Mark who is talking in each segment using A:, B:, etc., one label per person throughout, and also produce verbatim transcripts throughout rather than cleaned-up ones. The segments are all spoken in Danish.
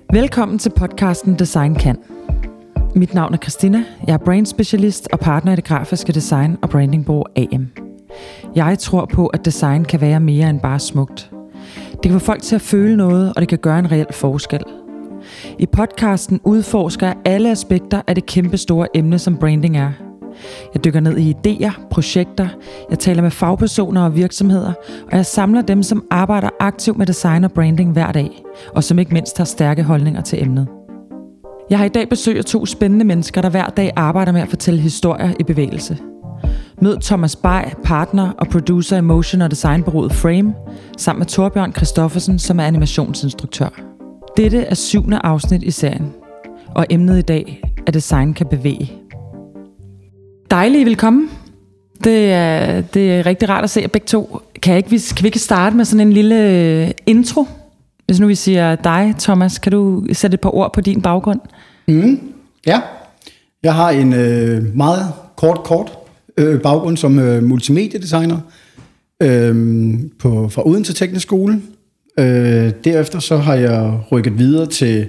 A: Velkommen til podcasten Design Kan. Mit navn er Christina, jeg er brandspecialist og partner i det grafiske design og brandingbureau A M. Jeg tror på, at design kan være mere end bare smukt. Det kan få folk til at føle noget, og det kan gøre en reel forskel. I podcasten udforsker jeg alle aspekter af det kæmpe store emne, som branding er. Jeg dykker ned i idéer, projekter, jeg taler med fagpersoner og virksomheder, og jeg samler dem, som arbejder aktivt med design og branding hver dag, og som ikke mindst har stærke holdninger til emnet. Jeg har i dag besøg af to spændende mennesker, der hver dag arbejder med at fortælle historier i bevægelse. Mød Thomas Bay, partner og producer i motion- og designbureauet Frame, sammen med Torbjørn Christoffersen, som er animationsinstruktør. Dette er syvende afsnit i serien, og emnet i dag er design kan bevæge. Dejligt, velkommen. Det er, det er rigtig rart at se jer begge to. Kan, jeg ikke, kan vi ikke starte med sådan en lille intro? Hvis nu vi siger dig, Thomas, kan du sætte et par ord på din baggrund?
B: Mm, ja, jeg har en øh, meget kort, kort øh, baggrund som øh, multimediedesigner øh, på, fra Odense Teknisk Skole. Øh, derefter så har jeg rykket videre til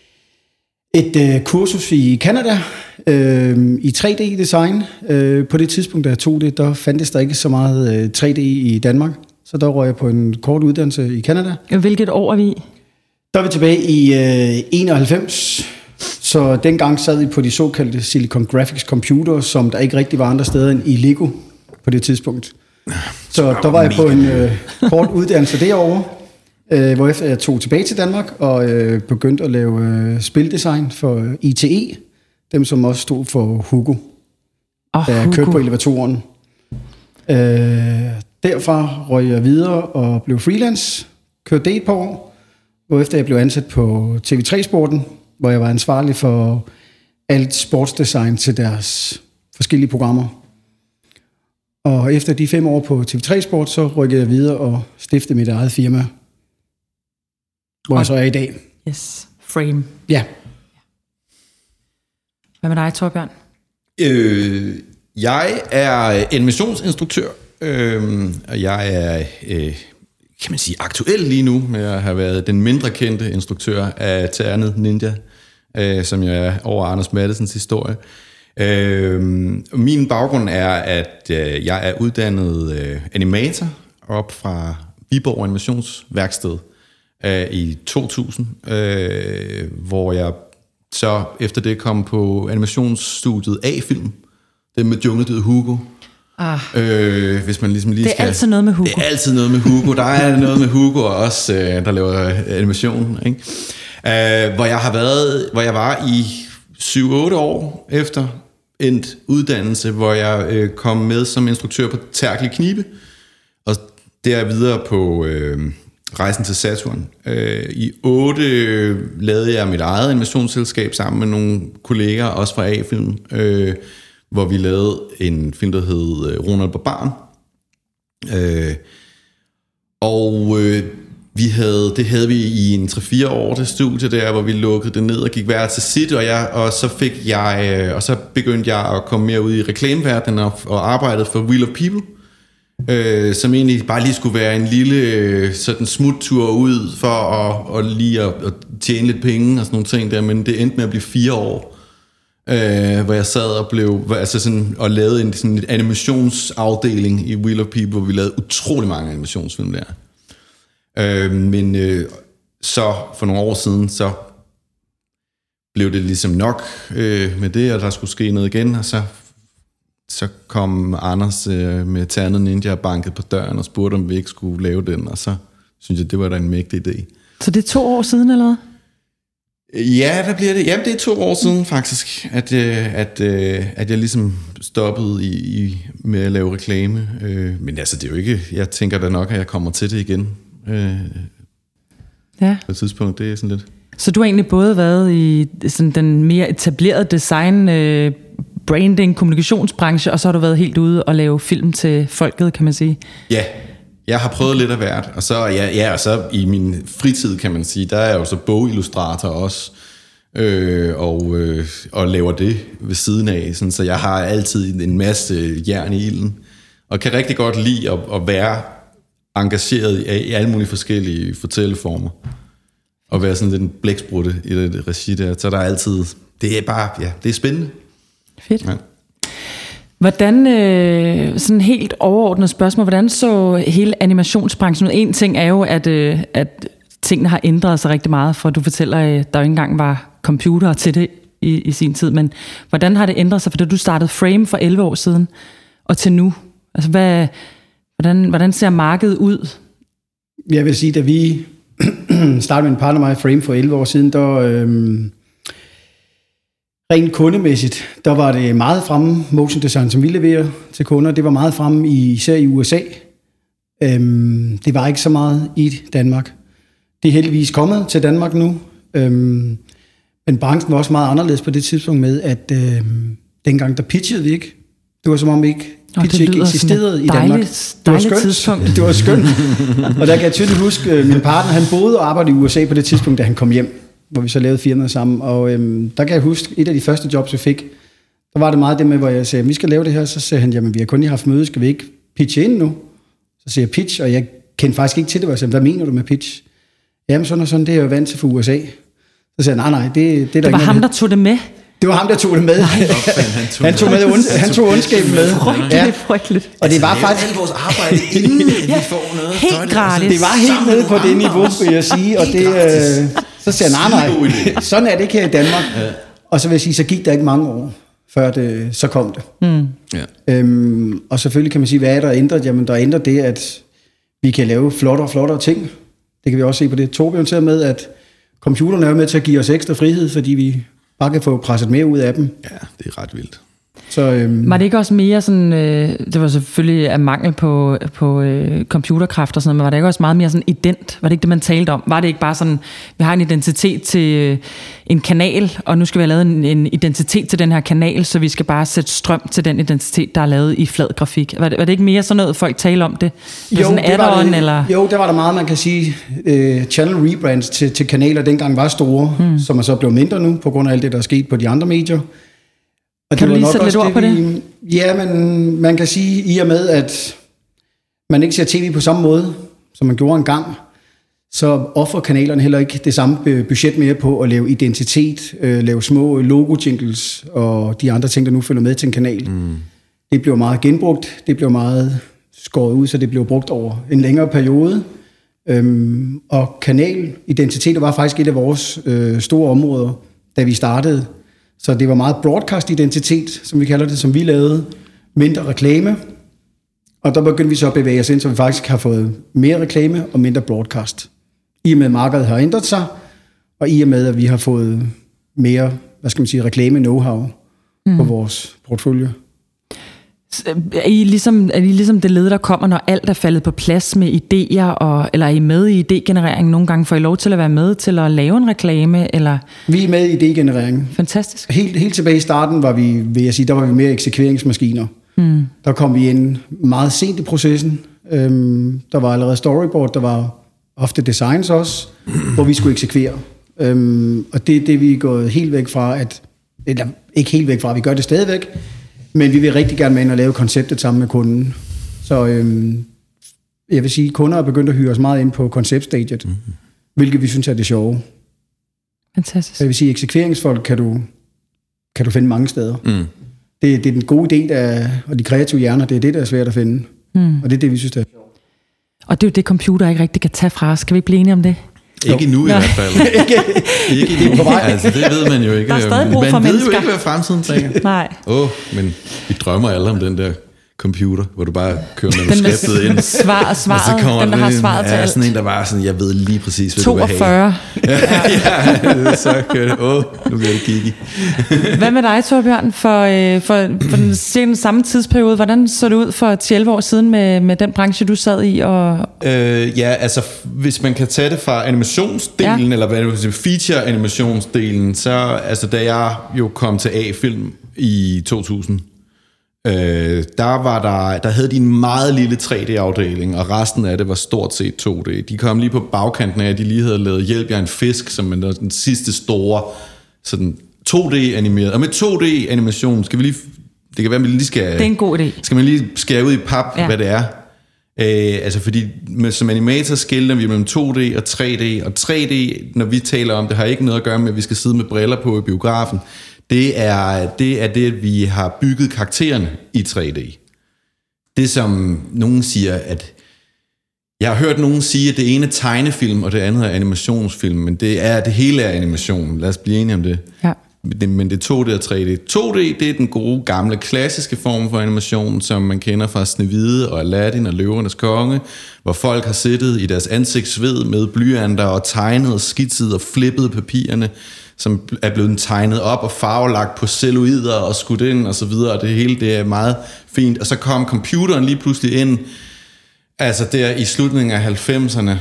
B: et øh, kursus i Canada øh, i tre D-design. Øh, på det tidspunkt, da jeg tog det, der fandtes der ikke så meget øh, tre D i Danmark. Så der røg jeg på en kort uddannelse i Canada.
A: Hvilket år er vi i?
B: Der er vi tilbage i øh, enoghalvfems. Så dengang sad vi på de såkaldte Silicon Graphics computer, som der ikke rigtig var andre steder end i Lego på det tidspunkt. Så der var jeg på en øh, kort uddannelse derovre, øh, hvorefter jeg tog tilbage til Danmark og øh, begyndte at lave øh, spildesign for I T E, dem som også stod for Hugo, oh, da jeg Hugo. kørte på elevatoren. Øh, derfra røg jeg videre og blev freelance, kørte det et par år, hvorefter jeg blev ansat på T V tre Sporten, hvor jeg var ansvarlig for alt sportsdesign til deres forskellige programmer. Og efter de fem år på T V tre Sport, så rykkede jeg videre og stiftede mit eget firma, hvor og jeg så er i dag.
A: Yes, Frame.
B: Ja.
A: Hvad med dig, Torbjørn?
C: Øh, jeg er animationsinstruktør, øh, og jeg er, øh, kan man sige, aktuel lige nu med at have været den mindre kendte instruktør af Ternet Ninja, øh, som jeg er over Anders Mattesens historie. Øh, min baggrund er, at øh, jeg er uddannet øh, animator op fra Viborg Animationsværksted øh, i to tusind, øh, hvor jeg så efter det kom på animationsstudiet A-film, det med jungledyret Hugo.
A: Ah,
C: øh, hvis man ligesom lige
A: det er
C: skal,
A: altid noget med Hugo.
C: Det er altid noget med Hugo. Der er noget med Hugo og også, øh, der laver animation, ikke? Øh, hvor jeg har været, hvor jeg var i syv otte år efter en uddannelse, hvor jeg øh, kom med som instruktør på Terkel Knibe, og der videre på øh, Rejsen til Saturn. Øh, I otte øh, lavede jeg mit eget animationsselskab sammen med nogle kolleger, også fra A-film, øh, hvor vi lavede en film, der hed Ronald Barbaren. Øh, og øh, vi havde, det havde vi i en tre fire år, det studie der, hvor vi lukkede det ned og gik hver til sit, og, jeg, og så fik jeg, og så begyndte jeg at komme mere ud i reklameverdenen og, og arbejdede for Wheel of People, øh, som egentlig bare lige skulle være en lille sådan smuttur ud for at, og lige at, at tjene lidt penge og sådan nogle ting der, men det endte med at blive fire år. Uh, hvor jeg sad og blev altså sådan, og lavede en sådan en animationsafdeling i Wheel of People, hvor vi lavede utrolig mange animationsfilm der. Uh, men uh, så for nogle år siden, så blev det ligesom nok uh, med det, og der skulle ske noget igen, og så, så kom Anders uh, med Ternet Ninja og bankede på døren og spurgte, om vi ikke skulle lave den, og så synes jeg, det var da en mægtig idé.
A: Så det er to år siden, eller hvad?
C: Ja, hvad bliver det? Jamen, det er to år siden faktisk, at, at, at jeg ligesom stoppede i, i, med at lave reklame. Men altså, det er jo ikke... Jeg tænker da nok, at jeg kommer til det igen.
A: Ja.
C: På et tidspunkt, det er sådan lidt...
A: Så du har egentlig både været i sådan den mere etablerede design, branding, kommunikationsbranche, og så har du været helt ude og lave film til folket, kan man sige?
C: Ja, jeg har prøvet lidt af hvert, og så, ja, ja, og så i min fritid, kan man sige, der er jeg jo så bogillustrator også, øh, og, øh, og laver det ved siden af, sådan, så jeg har altid en masse jern i ilden, og kan rigtig godt lide at, at være engageret i, i alle mulige forskellige fortælleformer. at være sådan lidt en blæksprutte i det regi der. Så der er altid, det er bare, ja, det er spændende.
A: Fedt. Ja. Hvordan, øh, sådan helt overordnet spørgsmål, hvordan så hele animationsbranchen ud? En ting er jo, at, øh, at tingene har ændret sig rigtig meget, for du fortæller, at der jo ikke engang var computere til det i, i sin tid, men hvordan har det ændret sig, for da du startede Frame for elleve år siden, og til nu? Altså, hvad, hvordan, hvordan ser markedet ud?
B: Jeg vil sige, da vi startede med en partner med Frame for elleve år siden, der øhm, rent kundemæssigt, der var det meget fremme, motion design, som vi leverer til kunder, det var meget fremme, i, især i U S A. Øhm, det var ikke så meget i Danmark. Det er heldigvis kommet til Danmark nu, øhm, men branchen var også meget anderledes på det tidspunkt med, at øhm, dengang der pitchede vi ikke. Det var som om ikke pitch ikke eksisterede i Danmark.
A: Dejligt,
B: det var skønt. Tidspunkt. Det var skønt. Og der kan jeg tydeligt huske, at min partner, han boede og arbejdede i U S A på det tidspunkt, da han kom hjem, hvor vi så lavede firmaet sammen. Og øhm, der kan jeg huske, et af de første jobs, vi fik, der var det meget det med, hvor jeg sagde, vi skal lave det her. Så sagde han, jamen vi har kun lige haft møde, skal vi ikke pitche ind nu? Så siger jeg pitch, og jeg kendte faktisk ikke til det. Jeg sagde, hvad mener du med pitch? Jamen sådan og sådan, det er jeg jo vant til for U S A. Så sagde jeg, nej, nej, det, det er der
A: det var ham, der tog det med?
B: Det var ham, der tog det med.
C: han tog,
B: han tog, med und, han tog ondskaben med.
A: Frygteligt, ja. frygteligt.
B: Og det var faktisk
C: alt vores arbejde, inden ja, vi får noget.
A: Helt gratis.
B: Det var helt nede på det niveau, vil jeg sige. Og det, øh, så siger jeg, nej, nej, sådan er det ikke her i Danmark. Ja. Og så vil jeg sige, så gik der ikke mange år, før det, så kom det. Mm. Ja. Øhm, og selvfølgelig kan man sige, hvad er der ændret? Jamen, der er ændret det, at vi kan lave flottere og flottere ting. Det kan vi også se på det. Torbjørn til med, at computerne er med til at give os ekstra frihed, fordi vi bare kan få presset mere ud af dem.
C: Ja, det er ret vildt.
A: Så, øhm, var det ikke også mere sådan, øh, det var selvfølgelig af mangel på, på øh, computerkraft og sådan noget, men var det ikke også meget mere sådan ident? Var det ikke det, man talte om? Var det ikke bare sådan, vi har en identitet til øh, en kanal, og nu skal vi have lavet en, en identitet til den her kanal, så vi skal bare sætte strøm til den identitet, der er lavet i flad grafik. Var det, var det ikke mere sådan noget, folk taler om det? det
B: jo,
A: sådan
B: det var det,
A: eller?
B: jo, der var der meget, man kan sige. Øh, channel rebrands til, til kanaler dengang var store, hmm. som er så blevet mindre nu, på grund af alt det, der er sket på de andre medier. Og
A: kan du lige sætte lidt ord på det? Vi,
B: ja, men man kan sige, i og med, at man ikke ser tv på samme måde, som man gjorde engang, så offrer kanalerne heller ikke det samme budget mere på at lave identitet, øh, lave små logo-jingles og de andre ting, der nu følger med til en kanal. Mm. Det bliver meget genbrugt, det bliver meget skåret ud, så det bliver brugt over en længere periode. Øhm, og kanalidentiteter var faktisk et af vores øh, store områder, da vi startede. Så det var meget broadcast-identitet, som vi kalder det, som vi lavede. Mindre reklame. Og der begyndte vi så at bevæge os ind, så vi faktisk har fået mere reklame og mindre broadcast. I og med, at markedet har ændret sig, og i og med, at vi har fået mere, hvad skal man sige, reklame-know-how mm. på vores portfolio.
A: Er I, ligesom, er I ligesom det led, der kommer, når alt er faldet på plads med idéer, og, eller er I med i idégenereringen nogle gange? Får I lov til at være med til at lave en reklame? Eller?
B: Vi er med i idégenereringen.
A: Fantastisk.
B: Helt, helt tilbage i starten var vi, vil jeg sige, der var vi mere eksekveringsmaskiner. Mm. Der kom vi ind meget sent i processen. Øhm, der var allerede storyboard, der var ofte designs også, mm. hvor vi skulle eksekvere. Øhm, og det er det, vi er gået helt væk fra, at, eller ikke helt væk fra, vi gør det stadigvæk, men vi vil rigtig gerne med ind og lave konceptet sammen med kunden. Så øhm, jeg vil sige, at kunder er begyndt at hyre os meget ind på konceptstadiet, mm. hvilket vi synes er det sjove.
A: Fantastisk.
B: Så jeg vil sige, at eksekveringsfolk kan du, kan du finde mange steder. Mm. Det, det er den gode idé, der, og de kreative hjerner, det er det, der er svært at finde. Mm. Og det er det, vi synes, det er sjovt.
A: Og det er jo det, computer ikke rigtig kan tage fra os. Skal vi ikke blive enige om det?
C: Ikke nu i hvert fald. ikke, ikke det på vej. Altså, det ved man jo ikke.
A: Der er stadig brug for
C: man
A: mennesker.
C: Man ved jo ikke, hvad fremtiden bringer.
A: Nej.
C: Åh, oh, men vi drømmer alle om den der computer, hvor du bare kører manuskriptet ind.
A: Svar og svaret, og så den, der har svaret til
C: ja,
A: alt.
C: Sådan en, der var sådan, jeg ved lige præcis, hvad
A: toogfyrre.
C: Du vil have. ja, ja, så kører det. Åh, oh, nu bliver det kigge.
A: Hvad med dig, Torbjørn, for, øh, for, for den, den samme tidsperiode? Hvordan så det ud for ti elleve år siden med, med den branche, du sad i? Og
C: øh, ja, altså, hvis man kan tage det fra animationsdelen, ja. eller hvad du siger, feature-animationsdelen, så, altså, da jeg jo kom til A-film i to tusind, Øh, der var der, der havde de en meget lille tre D-afdeling, og resten af det var stort set to D. De kom lige på bagkanten af, at de lige havde lavet Hjælp jer en fisk, som er den sidste store sådan to D-animeret. Og med to D-animation skal vi lige, det kan være, at vi lige skal,
A: det er en god idé.
C: Skal man lige skære ud i pap, ja. hvad det er. Øh, altså fordi med, som animator skiller vi mellem to D og tre D, og tre D, når vi taler om det, har ikke noget at gøre med, at vi skal sidde med briller på i biografen. Det er det, er det at vi har bygget karaktererne i tre D. Det som nogen siger, at jeg har hørt nogen sige, at det ene er tegnefilm, og det andet er animationsfilm, men det er det hele er animation. Lad os blive enige om det. Ja. Men det er to D og tre D. to D, det er den gode, gamle, klassiske form for animation, som man kender fra Snehvide og Aladdin og Løvernes Konge, hvor folk har siddet i deres ansigtsved med blyanter og tegnet og skitset og flippet papirerne, som er blevet tegnet op og farvelagt på celluloider og skudt ind og så videre, og det hele det er meget fint. Og så kom computeren lige pludselig ind, altså der i slutningen af halvfemserne,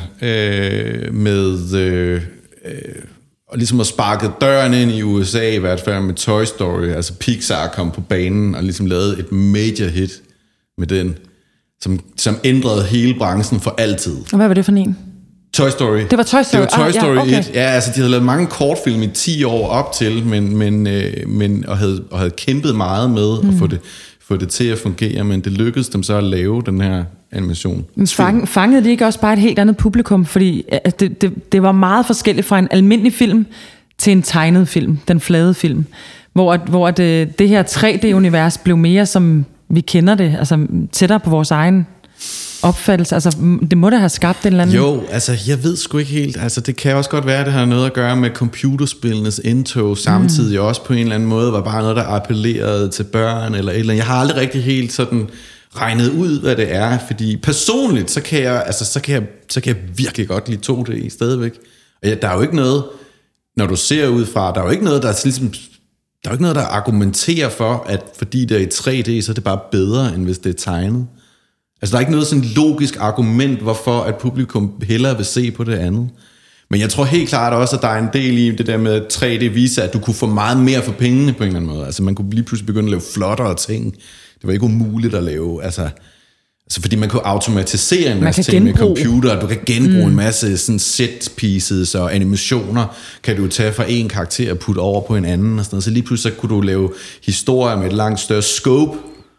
C: øh, med... Øh, øh, og ligesom at sparke døren ind i U S A, i hvert fald med Toy Story, altså Pixar kom på banen og ligesom lavede et major hit med den, som, som ændrede hele branchen for altid.
A: Og hvad var det for en?
C: Toy Story.
A: Det var Toy Story?
C: Det var Toy Story
A: ah, ja, okay.
C: et. Ja, altså de havde lavet mange kortfilm i ti år op til, men, men, øh, men og, havde, og havde kæmpet meget med mm. at få det, få det til at fungere, men det lykkedes dem så at lave den her animation.
A: Men fang, fangede det ikke også bare et helt andet publikum? Fordi det, det, det var meget forskelligt fra en almindelig film til en tegnet film, den flade film, hvor, hvor det, det her tre D-univers blev mere som vi kender det, altså tættere på vores egen opfattelse. Altså det må da have skabt en eller anden...
C: Jo, altså jeg ved sgu ikke helt, altså det kan også godt være, at det har noget at gøre med computerspillenes indtog, samtidig mm. også på en eller anden måde var bare noget, der appellerede til børn eller et eller andet. Jeg har aldrig rigtig helt sådan regnet ud, hvad det er, fordi personligt, så kan jeg, altså, så kan jeg, så kan jeg virkelig godt lide to D stadigvæk. Og ja, der er jo ikke noget, når du ser ud fra, der er jo ikke noget, der er ligesom, der er jo ikke noget, der argumenterer for, at fordi det er i tre D, så er det bare bedre, end hvis det er tegnet. Altså, der er ikke noget sådan logisk argument, hvorfor at publikum hellere vil se på det andet. Men jeg tror helt klart også, at der er en del i det der med, at tre D viser, at du kunne få meget mere for pengene på en eller anden måde. Altså, man kunne lige pludselig begynde at lave flottere ting. Det var ikke umuligt at lave, altså, altså fordi man kunne automatisere en masse ting med computer, du kan genbruge mm. en masse sådan set pieces og animationer, kan du tage fra en karakter og putte over på en anden, og sådan noget. Så lige pludselig så kunne du lave historier med et langt større scope,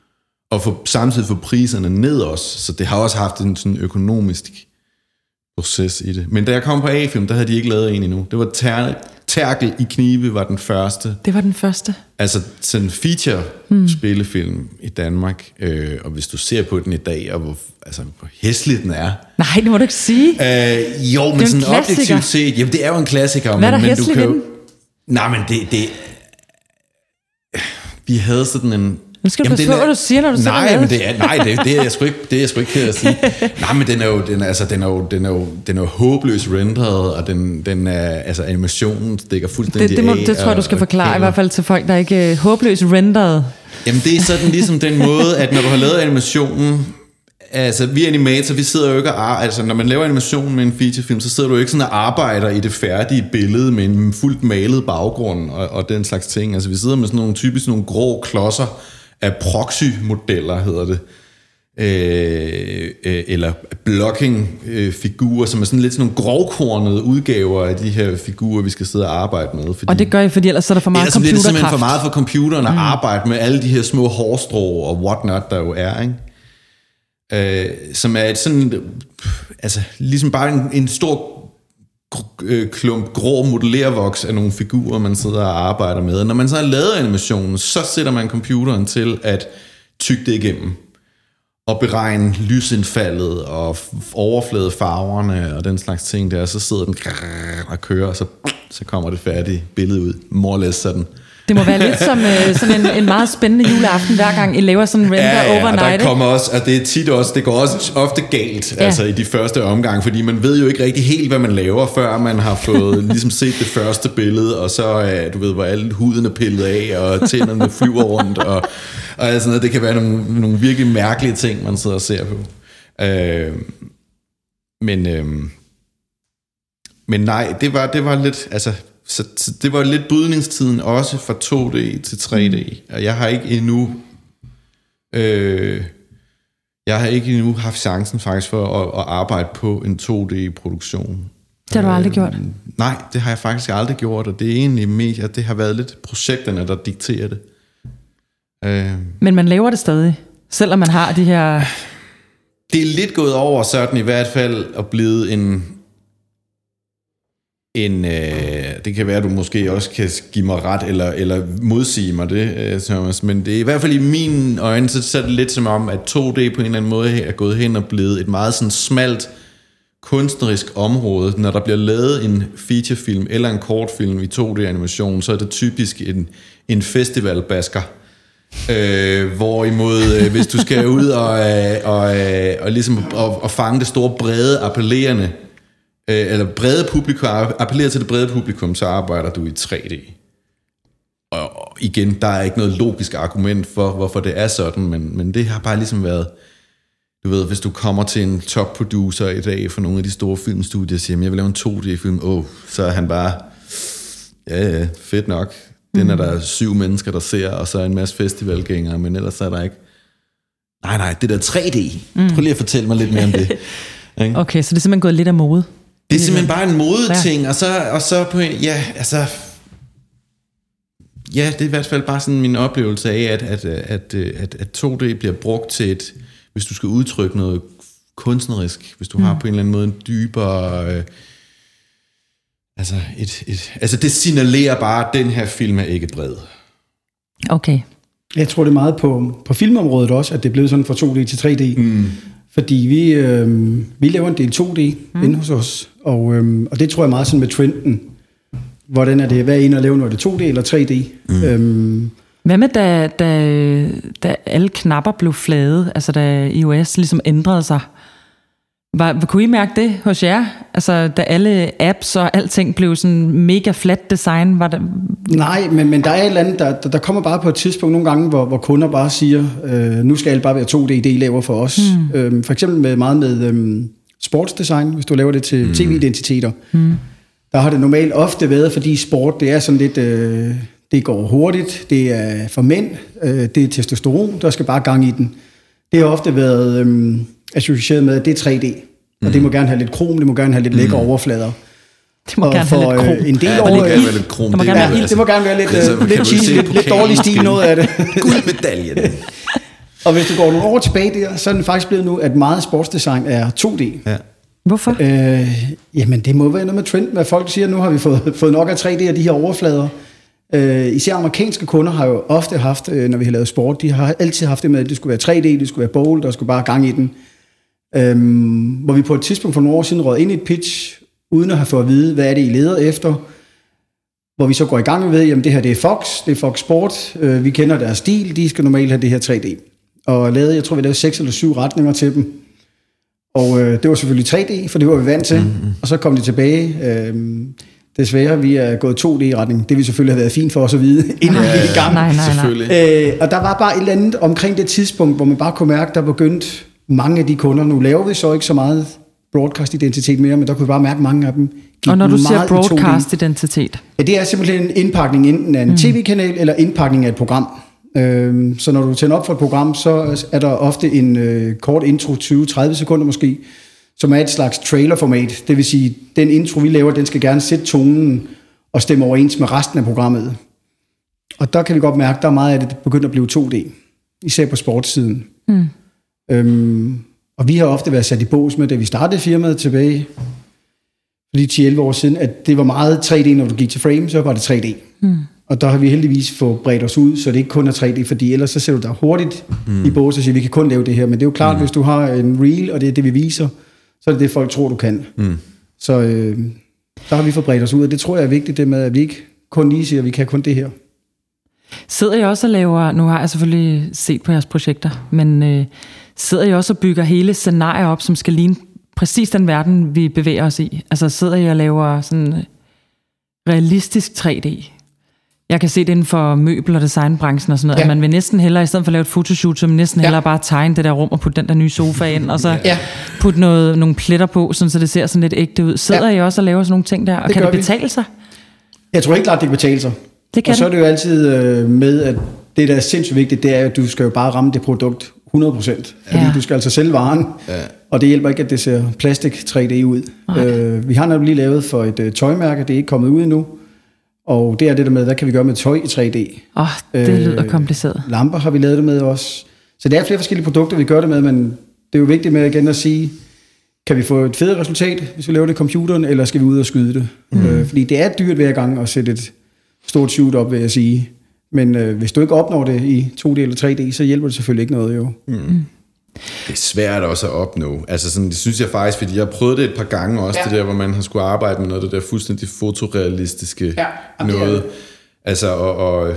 C: og få, samtidig få priserne ned også, så det har også haft en sådan økonomisk proces i det. Men da jeg kom på A-film, der havde de ikke lavet en endnu. Det var Ter- Terkel i Knibe var den første.
A: Det var den første.
C: Altså sådan en feature-spillefilm hmm. i Danmark, øh, og hvis du ser på den i dag, og hvor, altså, hvor hæslig den er.
A: Nej, det må du ikke sige.
C: Øh, jo, men sådan objektivt set, jamen det er jo en klassiker.
A: Hvad er der
C: men, men
A: hæsligt
C: du kan
A: jo,
C: jo, nej, men det, det... Vi havde sådan en...
A: Nu skal du passe på, hvad du siger, når du
C: nej,
A: sætter
C: men det er, nej, det, det er jeg sgu ikke, det er jeg sgu ikke ked at sige. Nej, men den er jo, den er, altså, den er jo, den er jo, den er jo håbløst renderet, og den, den er, altså animationen stikker fuldstændig
A: det, det må,
C: af.
A: Det tror jeg, du skal
C: og,
A: forklare,
C: og,
A: i hvert fald til folk, der ikke er håbløst renderet.
C: Jamen, det er sådan ligesom den måde, at når du har lavet animationen, altså vi animator, vi sidder jo ikke og, altså når man laver animation med en featurefilm, så sidder du ikke sådan og arbejder i det færdige billede med en fuldt malet baggrund og, og den slags ting. Altså vi sidder med sådan nogle typisk nogle grå klodser af proxy-modeller, hedder det. Øh, øh, eller blocking-figurer, som er sådan lidt sådan nogle grovkornede udgaver af de her figurer, vi skal sidde og arbejde med. Fordi,
A: og det gør I, fordi ellers er der for meget computerkraft.
C: Ellers er det simpelthen for meget for computeren at mm. arbejde med alle de her små hårstrå og whatnot, der jo er, ikke? Øh, som er et sådan, altså ligesom bare en, en stor klump grå modellervoks af nogle figurer, man sidder og arbejder med. Og når man så har lavet animationen, så sætter man computeren til at tygge det igennem og beregne lysindfaldet og overfladefarverne og den slags ting der, så sidder den og kører, og så, så kommer det færdige billede ud. More or less sådan.
A: Det må være lidt som øh, sådan en, en meget spændende juleaften, hver gang I laver sådan en render
C: ja, ja,
A: overnight.
C: Og der kommer også, og det er tit også, det går også ofte galt, ja. Altså i de første omgang, fordi man ved jo ikke rigtig helt, hvad man laver, før man har fået ligesom set det første billede, og så øh, du ved, hvor alle huden er pillet af, og tænderne flyver rundt, og, og sådan noget. Det kan være nogle, nogle virkelig mærkelige ting, man sidder og ser på. Øh, men, øh, men nej, det var, det var lidt, altså... Så, så det var lidt brydningstiden også fra to D til tre D. Og jeg har ikke endnu øh, jeg har ikke endnu haft chancen faktisk for at, at arbejde på en to D-produktion.
A: Det har du aldrig gjort?
C: Øh, nej, det har jeg faktisk aldrig gjort, og det er egentlig mest, at det har været lidt projekterne, der dikterer det. Øh,
A: Men man laver det stadig, selvom man har de her...
C: det er lidt gået over sådan i hvert fald og blevet en... en øh, det kan være, at du måske også kan give mig ret, eller, eller modsige mig det, øh, Thomas, men det er i hvert fald i mine øjne, så, så er det lidt som om, at to D på en eller anden måde er gået hen og blevet et meget sådan smalt kunstnerisk område. Når der bliver lavet en featurefilm eller en kortfilm i to D-animation, så er det typisk en, en festivalbasker. Øh, hvorimod øh, hvis du skal ud og, øh, og, øh, og, ligesom, og, og fange det store brede appellerende øh, eller brede publikum, appellere til det brede publikum, så arbejder du i tre D. Og, og igen, der er ikke noget logisk argument for hvorfor det er sådan, men, men det har bare ligesom været, du ved, hvis du kommer til en top producer i dag for nogle af de store filmstudier og siger, jeg vil lave en to D-film, åh, oh, så er han bare, ja, ja, fedt nok. Den er der syv mennesker, der ser, og så en masse festivalgængere, men ellers er der ikke... Nej, nej, det der tre D. Mm. Prøv lige at fortælle mig lidt mere om det.
A: Okay, så det er simpelthen gået lidt af mode.
C: Det er simpelthen bare en modeting, og så, og så på... Ja, altså... Ja, det er i hvert fald bare sådan min oplevelse af, at, at, at, at, at to D bliver brugt til et... Hvis du skal udtrykke noget kunstnerisk, hvis du mm. har på en eller anden måde en dybere... Øh, Altså, et, et, altså det signalerer bare, at den her film er ikke bred.
A: Okay.
B: Jeg tror, det er meget på, på filmområdet også, at det er blevet sådan fra to D til tre D. Mm. Fordi vi, øh, vi laver en del to D mm. inde hos os, og, øh, og det tror jeg meget sådan med trenden. Hvordan er det, hvad er en at lave, når det er to D eller tre D? Mm. Øhm,
A: Hvad med, da, da, da alle knapper blev flade, altså da iOS ligesom ændrede sig? Var, kunne I mærke det hos jer? Altså, da alle apps og alting blev sådan mega flat design, var det...
B: Nej, men, men der er et eller andet, der, der kommer bare på et tidspunkt nogle gange, hvor, hvor kunder bare siger, øh, nu skal alle bare være to D, det I laver for os. Mm. Øhm, for eksempel med meget med øhm, sportsdesign, hvis du laver det til mm. tv-identiteter. Mm. Der har det normalt ofte været, fordi sport, det er sådan lidt... Øh, det går hurtigt, det er for mænd, øh, det er testosteron, der skal bare gang i den. Det har ofte været... Øh, associeret med, at det er tre D. Og mm. det må gerne have lidt krom, det må gerne have lidt lækre mm. overflader.
A: Det må
B: og
A: gerne
B: for,
A: have lidt krom.
B: Øh, en del
C: ja,
B: år,
C: det må gerne være lidt krom.
B: Det må, det, gerne, ja, det må gerne være lidt, altså, øh, lidt, cheese, lidt, lidt dårlig stil, noget af det.
C: Guldmedaljen.
B: Og hvis du går nogle år tilbage der, så er den faktisk blevet nu, at meget sportsdesign er to D.
C: Ja.
A: Hvorfor?
B: Øh, jamen, det må være noget med trend, hvad folk siger, nu har vi fået, fået nok af tre D af de her overflader. Øh, især amerikanske kunder har jo ofte haft, øh, når vi har lavet sport, de har altid haft det med, at det skulle være tre D, det skulle være bold, der skulle bare gang i den. Øhm, hvor vi på et tidspunkt for nogle år siden råd ind i et pitch, uden at have fået at vide, hvad er det, I leder efter. Hvor vi så går i gang med, jamen det her det er Fox, det er Fox Sport, øh, vi kender deres stil, de skal normalt have det her tre D. Og lavede, jeg tror vi lavede seks eller syv retninger til dem. Og øh, det var selvfølgelig tre D, for det var vi vant til. Mm-hmm. Og så kom de tilbage. Øh, desværre, vi er gået to D-retning. Det ville selvfølgelig have været fint for os at vide, inden vi gik i gang.
A: Nej, nej, nej.
B: Øh, og der var bare et eller andet omkring det tidspunkt, hvor man bare kunne mærke, der begyndte mange af de kunder. Nu laver vi så ikke så meget broadcast-identitet mere, men der kunne vi bare mærke, at mange af dem gik.
A: Og når du
B: meget
A: siger broadcast-identitet?
B: Ja, det er simpelthen en indpakning enten af en mm. tv-kanal eller indpakning af et program. Øh, så når du tænder op for et program, så er der ofte en øh, kort intro, tyve til tredive sekunder måske, som er et slags trailer-format. Det vil sige, den intro, vi laver, den skal gerne sætte tonen og stemme overens med resten af programmet. Og der kan vi godt mærke, at der er meget af det, der begynder at blive to D. Især på sportssiden. Mm. Øhm, og vi har ofte været sat i bås med, da vi startede firmaet tilbage for de ti til elleve år siden, at det var meget tre D, når du gik til frame, så var det tre D. Mm. Og der har vi heldigvis fået bredt os ud, så det ikke kun er tre D, fordi ellers så ser du der hurtigt mm. i bås og siger, vi kan kun lave det her. Men det er jo klart, mm. hvis du har en reel, og det er det, vi viser, så er det det, folk tror, du kan. Mm. Så øh, der har vi fået bredt os ud, og det tror jeg er vigtigt, det med, at vi ikke kun lige siger, at vi kan kun det her.
A: Sidder I også og laver, nu har jeg selvfølgelig set på jeres projekter, men øh, sidder I også og bygger hele scenarier op, som skal ligne præcis den verden, vi bevæger os i? Altså sidder I og laver sådan realistisk tre D? Jeg kan se det inden for møbel- og designbranchen og sådan noget, ja. At man vil næsten hellere, i stedet for at lave et fotoshoot, så man næsten ja. hellere bare tegne det der rum og putte den der nye sofa ind, og så ja. putte noget, nogle pletter på, sådan, så det ser sådan lidt ægte ud. Sidder ja. I også og laver sådan nogle ting der, og det kan det betale vi. sig? Jeg tror ikke klart, det kan betale sig.
B: Det kan og så er det jo altid øh, med, at det, der er sindssygt vigtigt, det er, at du skal jo bare ramme det produkt hundrede procent. Ja. Du skal altså sælge varen, ja. Og det hjælper ikke, at det ser plastik tre D ud. Øh, vi har nemlig lige lavet for et øh, tøjmærke, det er ikke kommet ud endnu. Og det er det der med, hvad kan vi gøre med tøj i tre D?
A: Åh, oh, det lyder øh, kompliceret.
B: Lamper har vi lavet det med også. Så det er flere forskellige produkter, vi gør det med, men det er jo vigtigt med igen at sige, kan vi få et fedt resultat, hvis vi laver det i computeren, eller skal vi ud og skyde det? Mm. Øh, fordi det er dyrt hver gang at sætte et stort shoot op, vil jeg sige. Men øh, hvis du ikke opnår det i to D eller tre D, så hjælper det selvfølgelig ikke noget, jo. Mm.
C: Det er svært også at opnå. Altså sådan, det synes jeg faktisk, fordi jeg har prøvet det et par gange også, ja. Det der, hvor man har skulle arbejde med noget af det der fuldstændig fotorealistiske ja, noget. Altså, og, og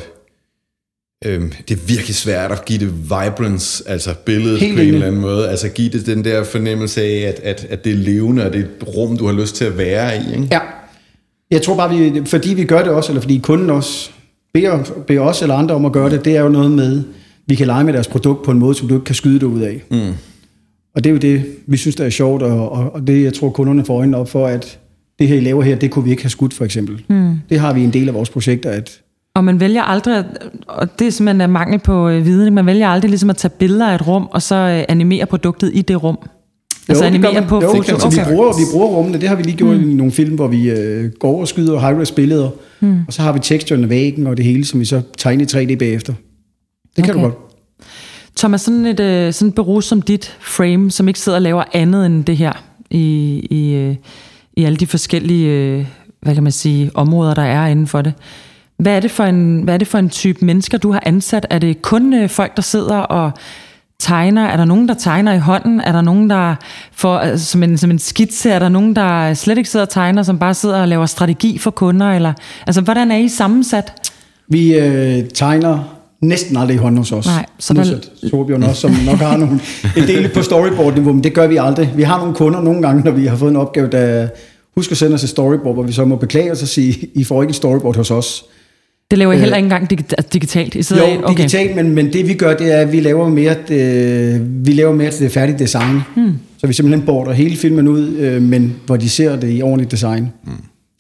C: øhm, det er virkelig svært at give det vibrance, altså billedet helt på en eller anden måde. Altså give det den der fornemmelse af, at, at, at det er levende, og det er et rum, du har lyst til at være i, ikke?
B: Ja. Jeg tror bare, vi, fordi vi gør det også, eller fordi kunden også beder, beder os eller andre om at gøre det, det er jo noget med, vi kan lege med deres produkt på en måde, som du ikke kan skyde det ud af. Mm. Og det er jo det, vi synes, der er sjovt, og, og det, jeg tror, kunderne får øjnene op for, at det her, I laver her, det kunne vi ikke have skudt, for eksempel. Mm. Det har vi en del af vores projekter, at...
A: Og man vælger aldrig, og det er simpelthen en mangel på øh, viden, man vælger aldrig ligesom at tage billeder af et rum, og så øh, animere produktet i det rum. Altså jo, animere på
B: jo,
A: foto.
B: Okay. Vi, bruger, vi bruger rummene, det har vi lige gjort mm. i nogle film, hvor vi øh, går over og skyder high-res billeder, mm. og så har vi teksturen af væggen og det hele, som vi så tegner i tre D bagefter. Det kan okay. du godt.
A: Thomas, sådan et øh, sådan et bureau som dit frame, som ikke sidder og laver andet end det her, i, i, øh, i alle de forskellige, øh, hvad kan man sige, områder, der er inden for det. Hvad er det for en, hvad er det for en type mennesker, du har ansat? Er det kun øh, folk, der sidder og tegner? Er der nogen, der tegner i hånden? Er der nogen, der får altså, som, en, som en skitse? Er der nogen, der slet ikke sidder og tegner, som bare sidder og laver strategi for kunder? Eller, altså, hvordan er I sammensat?
B: Vi øh, tegner næsten aldrig i hånden hos os.
A: Nej, så
B: modsat Torbjørn også, som nok har nogle, en del på storyboard-niveau, men det gør vi aldrig. Vi har nogle kunder nogle gange, når vi har fået en opgave, der husker at sende os et storyboard, hvor vi så må beklage os og sige, I får ikke et storyboard hos os.
A: Det laver I heller ikke engang digitalt? I
B: jo, i, okay. digitalt, men, men det vi gør, det er, at vi laver mere, det, vi laver mere til det færdige design. Hmm. Så vi simpelthen border hele filmen ud, øh, men hvor de ser det i ordentligt design. Hmm.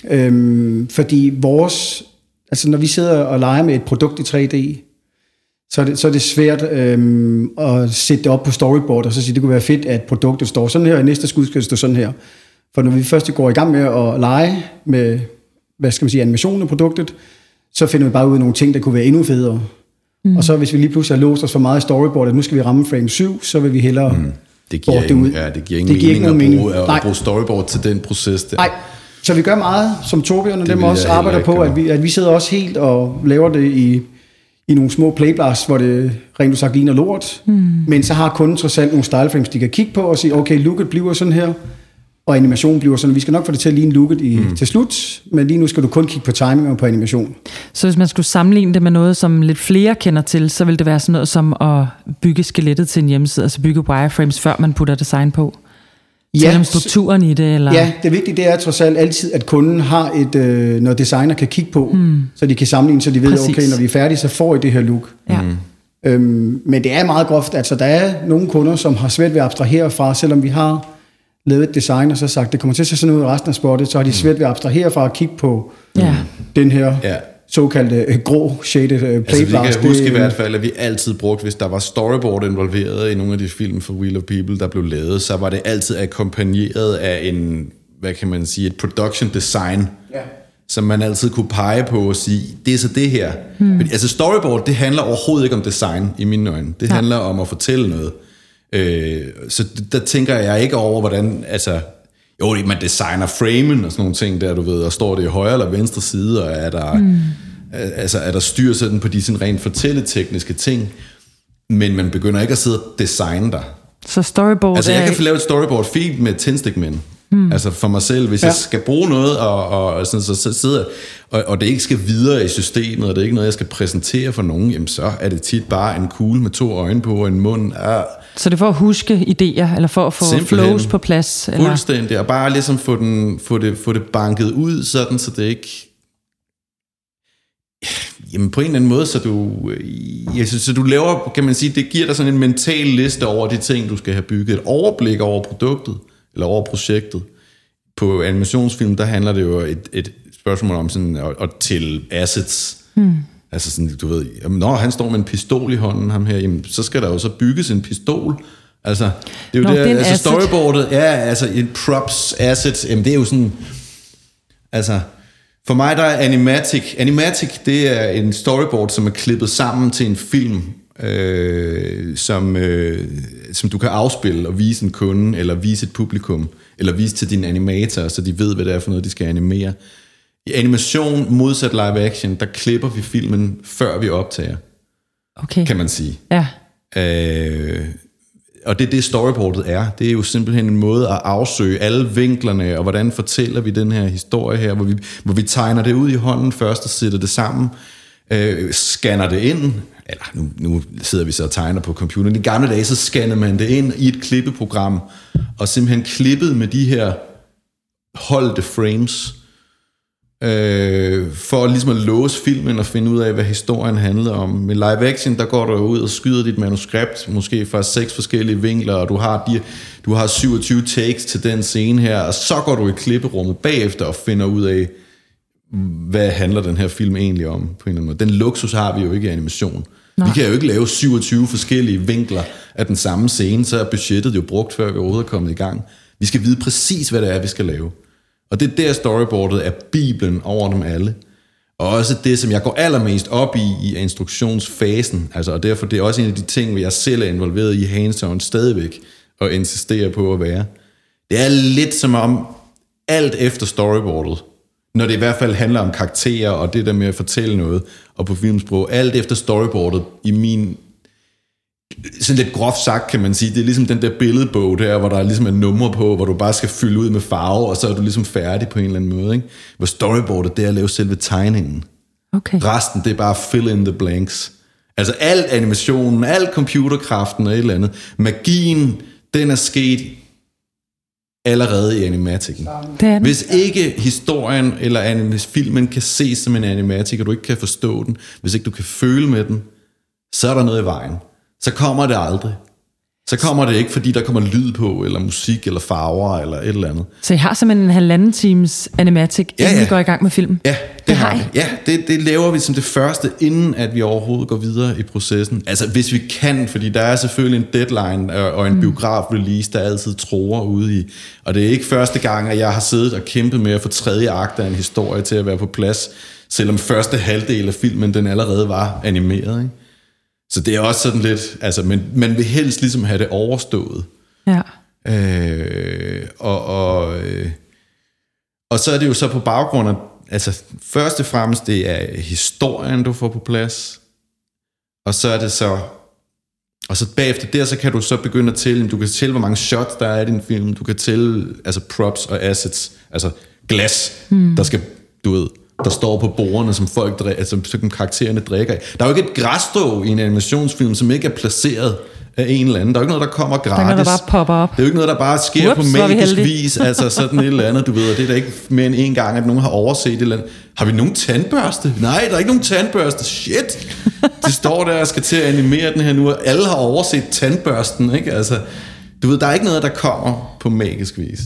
B: Øhm, fordi vores, altså når vi sidder og leger med et produkt i tre D, så er det, så er det svært øhm, at sætte det op på storyboard, og så sige, det kunne være fedt, at produktet står sådan her, og i næste skud skal det stå sådan her. For når vi først går i gang med at lege med, hvad skal man sige, animationen af produktet, så finder vi bare ud af nogle ting, der kunne være endnu federe. Mm. Og så hvis vi lige pludselig har låst os for meget i storyboard, at nu skal vi ramme frame syv, så vil vi hellere mm.
C: det giver
B: det ud.
C: Ja, det giver ingen det giver mening, ikke at, bruge, mening. at bruge storyboard til den proces der.
B: Nej, så vi gør meget, som Torbjørn og dem også arbejder på, at vi, at vi sidder også helt og laver det i, i nogle små playblasts, hvor det rent sagt ligner lort. Mm. Men så har kunden trods alt nogle styleframes, de kan kigge på og sige, okay, looket bliver sådan her, og animationen bliver sådan. Vi skal nok få det til at ligne looket i, mm. til slut, men lige nu skal du kun kigge på timing og på animation.
A: Så hvis man skulle sammenligne det med noget, som lidt flere kender til, så vil det være sådan noget som at bygge skelettet til en hjemmeside, altså bygge wireframes, før man putter design på? Ja, om strukturen i det? Eller?
B: Ja, det vigtige det er trods alt altid, at kunden har et, øh, noget designer kan kigge på, mm. så de kan sammenligne, så de ved, præcis. Okay, når vi er færdige, så får I det her look. Ja. Mm. Øhm, men det er meget groft, altså der er nogle kunder, som har svært ved at abstrahere fra, selvom vi har lavet et design, og så sagt, det kommer til at se sådan ud i resten af spottet, så har de svært ved at abstrahere fra at kigge på ja. den her ja. såkaldte øh, grå shaded øh, playblast.
C: Altså vi kan huske i hvert fald, at vi altid brugte, hvis der var storyboard involveret i nogle af de film for Wheel of People, der blev lavet, så var det altid akkompagneret af en, hvad kan man sige, et production design, ja. som man altid kunne pege på og sige, det er så det her. Hmm. Men, altså storyboard, det handler overhovedet ikke om design i mine øjne. Det ja. handler om at fortælle noget. Øh, så der tænker jeg ikke over, hvordan, altså, jo, man designer framen og sådan nogle ting der, du ved, og står det i højre eller venstre side, og er der, mm. altså, er der styr sådan på de sådan rent fortælletekniske ting, men man begynder ikke at sidde og designe der.
A: Så storyboard
C: altså, jeg
A: er...
C: kan få lavet et storyboard fint med tændstikmænd. Hmm. Altså for mig selv, hvis ja. jeg skal bruge noget, og, og, sådan, så, så sidder, og, og det ikke skal videre i systemet, og det er ikke noget, jeg skal præsentere for nogen, jamen så er det tit bare en kugle med to øjne på og en mund. Ah.
A: Så det er for at huske idéer, eller for at få simpelthen flows på plads? Eller?
C: Fuldstændig, og bare ligesom få, den, få, det, få det banket ud, sådan, så det ikke... Jamen på en eller anden måde, så du, jeg synes, så du laver, kan man sige, det giver dig sådan en mental liste over de ting, du skal have bygget, et overblik over produktet, eller over projektet. På animationsfilm, der handler det jo et, et spørgsmål om sådan at, at til assets. Hmm. Altså sådan, du ved, jamen, når han står med en pistol i hånden, ham her, jamen, så skal der jo så bygges en pistol. Altså, det er jo
A: Nå,
C: det,
A: det er
C: altså
A: asset.
C: storyboardet, ja, altså en props asset, jamen det er jo sådan, altså, for mig der er animatic, animatic, det er en storyboard, som er klippet sammen til en film. øh, som, øh, som du kan afspille og vise en kunde, eller vise et publikum, eller vise til dine animatorer, så de ved, hvad det er for noget, de skal animere. I animation, modsat live action, der klipper vi filmen, før vi optager,
A: okay.
C: kan man sige.
A: Ja.
C: Øh, og det er det, storyboardet er. Det er jo simpelthen en måde at afsøge alle vinklerne, og hvordan fortæller vi den her historie her, hvor vi, hvor vi tegner det ud i hånden først, og sætter det sammen, øh, scanner det ind, eller nu, nu sidder vi så og tegner på computeren. I gamle dage, så scannede man det ind i et klippeprogram, og simpelthen klippet med de her holdte frames, øh, for ligesom at låse filmen og finde ud af, hvad historien handlede om. Med live action, der går du ud og skyder dit manuskript, måske fra seks forskellige vinkler, og du har, de, du har syvogtyve takes til den scene her, og så går du i klipperummet bagefter og finder ud af, hvad handler den her film egentlig om, på en eller anden måde. Den luksus har vi jo ikke i animation. Nå. Vi kan jo ikke lave syvogtyve forskellige vinkler af den samme scene, så er budgettet jo brugt, før vi overhovedet er kommet i gang. Vi skal vide præcis, hvad det er, vi skal lave. Og det er der, storyboardet er biblen over dem alle. Og også det, som jeg går allermest op i, i instruktionsfasen. Altså, og derfor det er også en af de ting, hvor jeg selv er involveret i hands-on stadigvæk, og insisterer på at være. Det er lidt som om alt efter storyboardet, når det i hvert fald handler om karakterer, og det der med at fortælle noget, og på filmsprog, alt efter storyboardet i min, sådan lidt groft sagt kan man sige, det er ligesom den der billedbog der, hvor der ligesom er numre på, hvor du bare skal fylde ud med farve, og så er du ligesom færdig på en eller anden måde, ikke? Hvor storyboardet, det er at lave selve tegningen.
A: Okay.
C: Resten, det er bare fill in the blanks. Altså al animationen, al computerkraften og et eller andet. Magien, den er sket allerede i animatikken. Hvis ikke historien eller filmen kan ses som en animatik, og du ikke kan forstå den, hvis ikke du kan føle med den, så er der noget i vejen. Så kommer det aldrig. Så kommer det ikke, fordi der kommer lyd på, eller musik, eller farver, eller et eller andet.
A: Så I har simpelthen en halvanden times animatik, inden ja, ja. I går i gang med filmen?
C: Ja, det, det har vi. Ja, det, det laver vi som det første, inden at vi overhovedet går videre i processen. Altså, hvis vi kan, fordi der er selvfølgelig en deadline og en mm. biograf-release, der altid tror ude i. Og det er ikke første gang, at jeg har siddet og kæmpet med at få tredje akt af en historie til at være på plads, selvom første halvdel af filmen, den allerede var animeret, ikke? Så det er også sådan lidt, altså, men man vil helst ligesom have det overstået.
A: Ja.
C: Øh, og, og, øh, og så er det jo så på baggrund af, altså først og fremmest, det er historien, du får på plads. Og så er det så, og så bagefter der, så kan du så begynde at tælle, du kan tælle, hvor mange shots der er i din film, du kan tælle, altså props og assets, altså glas, hmm. der skal, du ved, der står på bordene, som folk drik, altså, som karaktererne drikker af. Der er jo ikke et græsstrå i en animationsfilm, som ikke er placeret af en eller anden. Der er jo ikke noget, der kommer gratis. Der er noget,
A: der bare popper op.
C: Det er jo ikke noget, der bare sker Ups, på magisk vis, altså sådan et eller andet, du ved, og det er da ikke mere end en gang, at nogen har overset et eller andet. Har vi nogen tandbørste? Nej, der er ikke nogen tandbørste. Shit! Det står der og skal til at animere den her nu, og alle har overset tandbørsten, ikke? Altså, du ved, der er ikke noget, der kommer på magisk vis.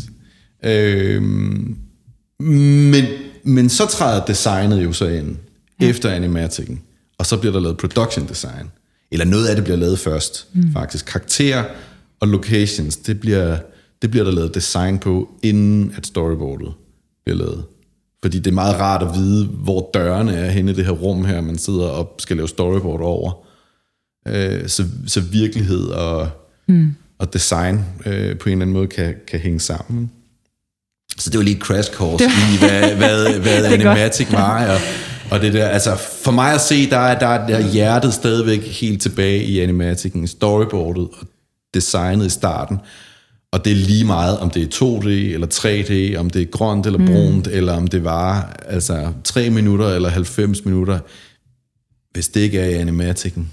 C: Øhm, men Men så træder designet jo så ind, ja. Efter animatikken, og så bliver der lavet production design. Eller noget af det bliver lavet først, mm. faktisk. Karakterer og locations, det bliver, det bliver der lavet design på, inden at storyboardet bliver lavet. Fordi det er meget rart at vide, hvor dørene er henne i det her rum her, man sidder og skal lave storyboard over. Øh, så, så virkelighed og, mm. og design øh, på en eller anden måde kan, kan hænge sammen. Så det var lige et crash course i, hvad, hvad, hvad animatik var, og, og det der, altså for mig at se, der er, der er hjertet stadigvæk helt tilbage i animatikken, storyboardet og designet i starten, og det er lige meget, om det er to D eller tre D, om det er grønt eller brunt, mm. eller om det var altså tre minutter eller halvfems minutter, hvis det ikke er i animatikken,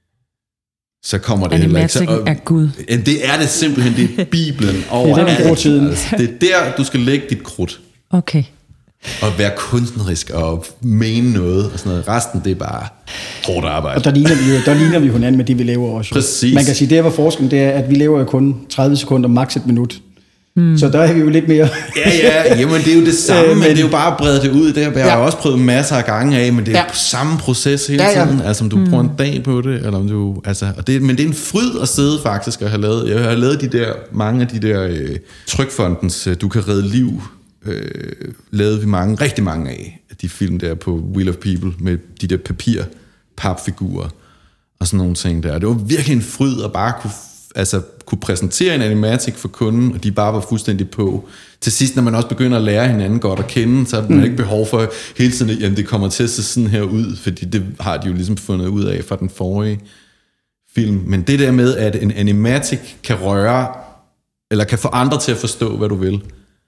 C: så kommer det heller ikke. Så,
A: er Gud.
C: Det er det simpelthen, det er Bibelen over
B: det er der,
C: alt. Altså, det er der, du skal lægge dit krudt.
A: Okay.
C: Og være kunstnerisk og mene noget og sådan noget. Resten, det er bare hårdt arbejde.
B: Og der ligner vi jo, der ligner vi hinanden med det, vi laver også.
C: Præcis.
B: Man kan sige, det er, hvor forskellen det er, at vi laver jo kun tredive sekunder, maks et minut. Hmm. Så der er vi jo lidt mere...
C: ja, ja, jamen det er jo det samme, men, men det er jo bare at brede det ud. Det har jeg ja. også prøvet masser af gange af, men det er ja. jo samme proces hele ja, ja. tiden. Altså om du hmm. bruger en dag på det, eller om du... Altså, og det, men det er en fryd at sidde faktisk og have lavet. Jeg har lavet de der, mange af de der øh, Trykfondens Du kan redde liv, øh, lavede vi mange, rigtig mange af, de film der på Wheel of People, med de der papir papfigurer. og sådan nogle ting der. Det var virkelig en fryd at bare kunne, altså, kunne præsentere en animatic for kunden, og de bare var fuldstændig på. Til sidst, når man også begynder at lære hinanden godt at kende, så har man mm. ikke behov for hele tiden, jamen det kommer til at se sådan her ud, fordi det har de jo ligesom fundet ud af fra den forrige film. Men det der med, at en animatic kan røre, eller kan få andre til at forstå, hvad du vil,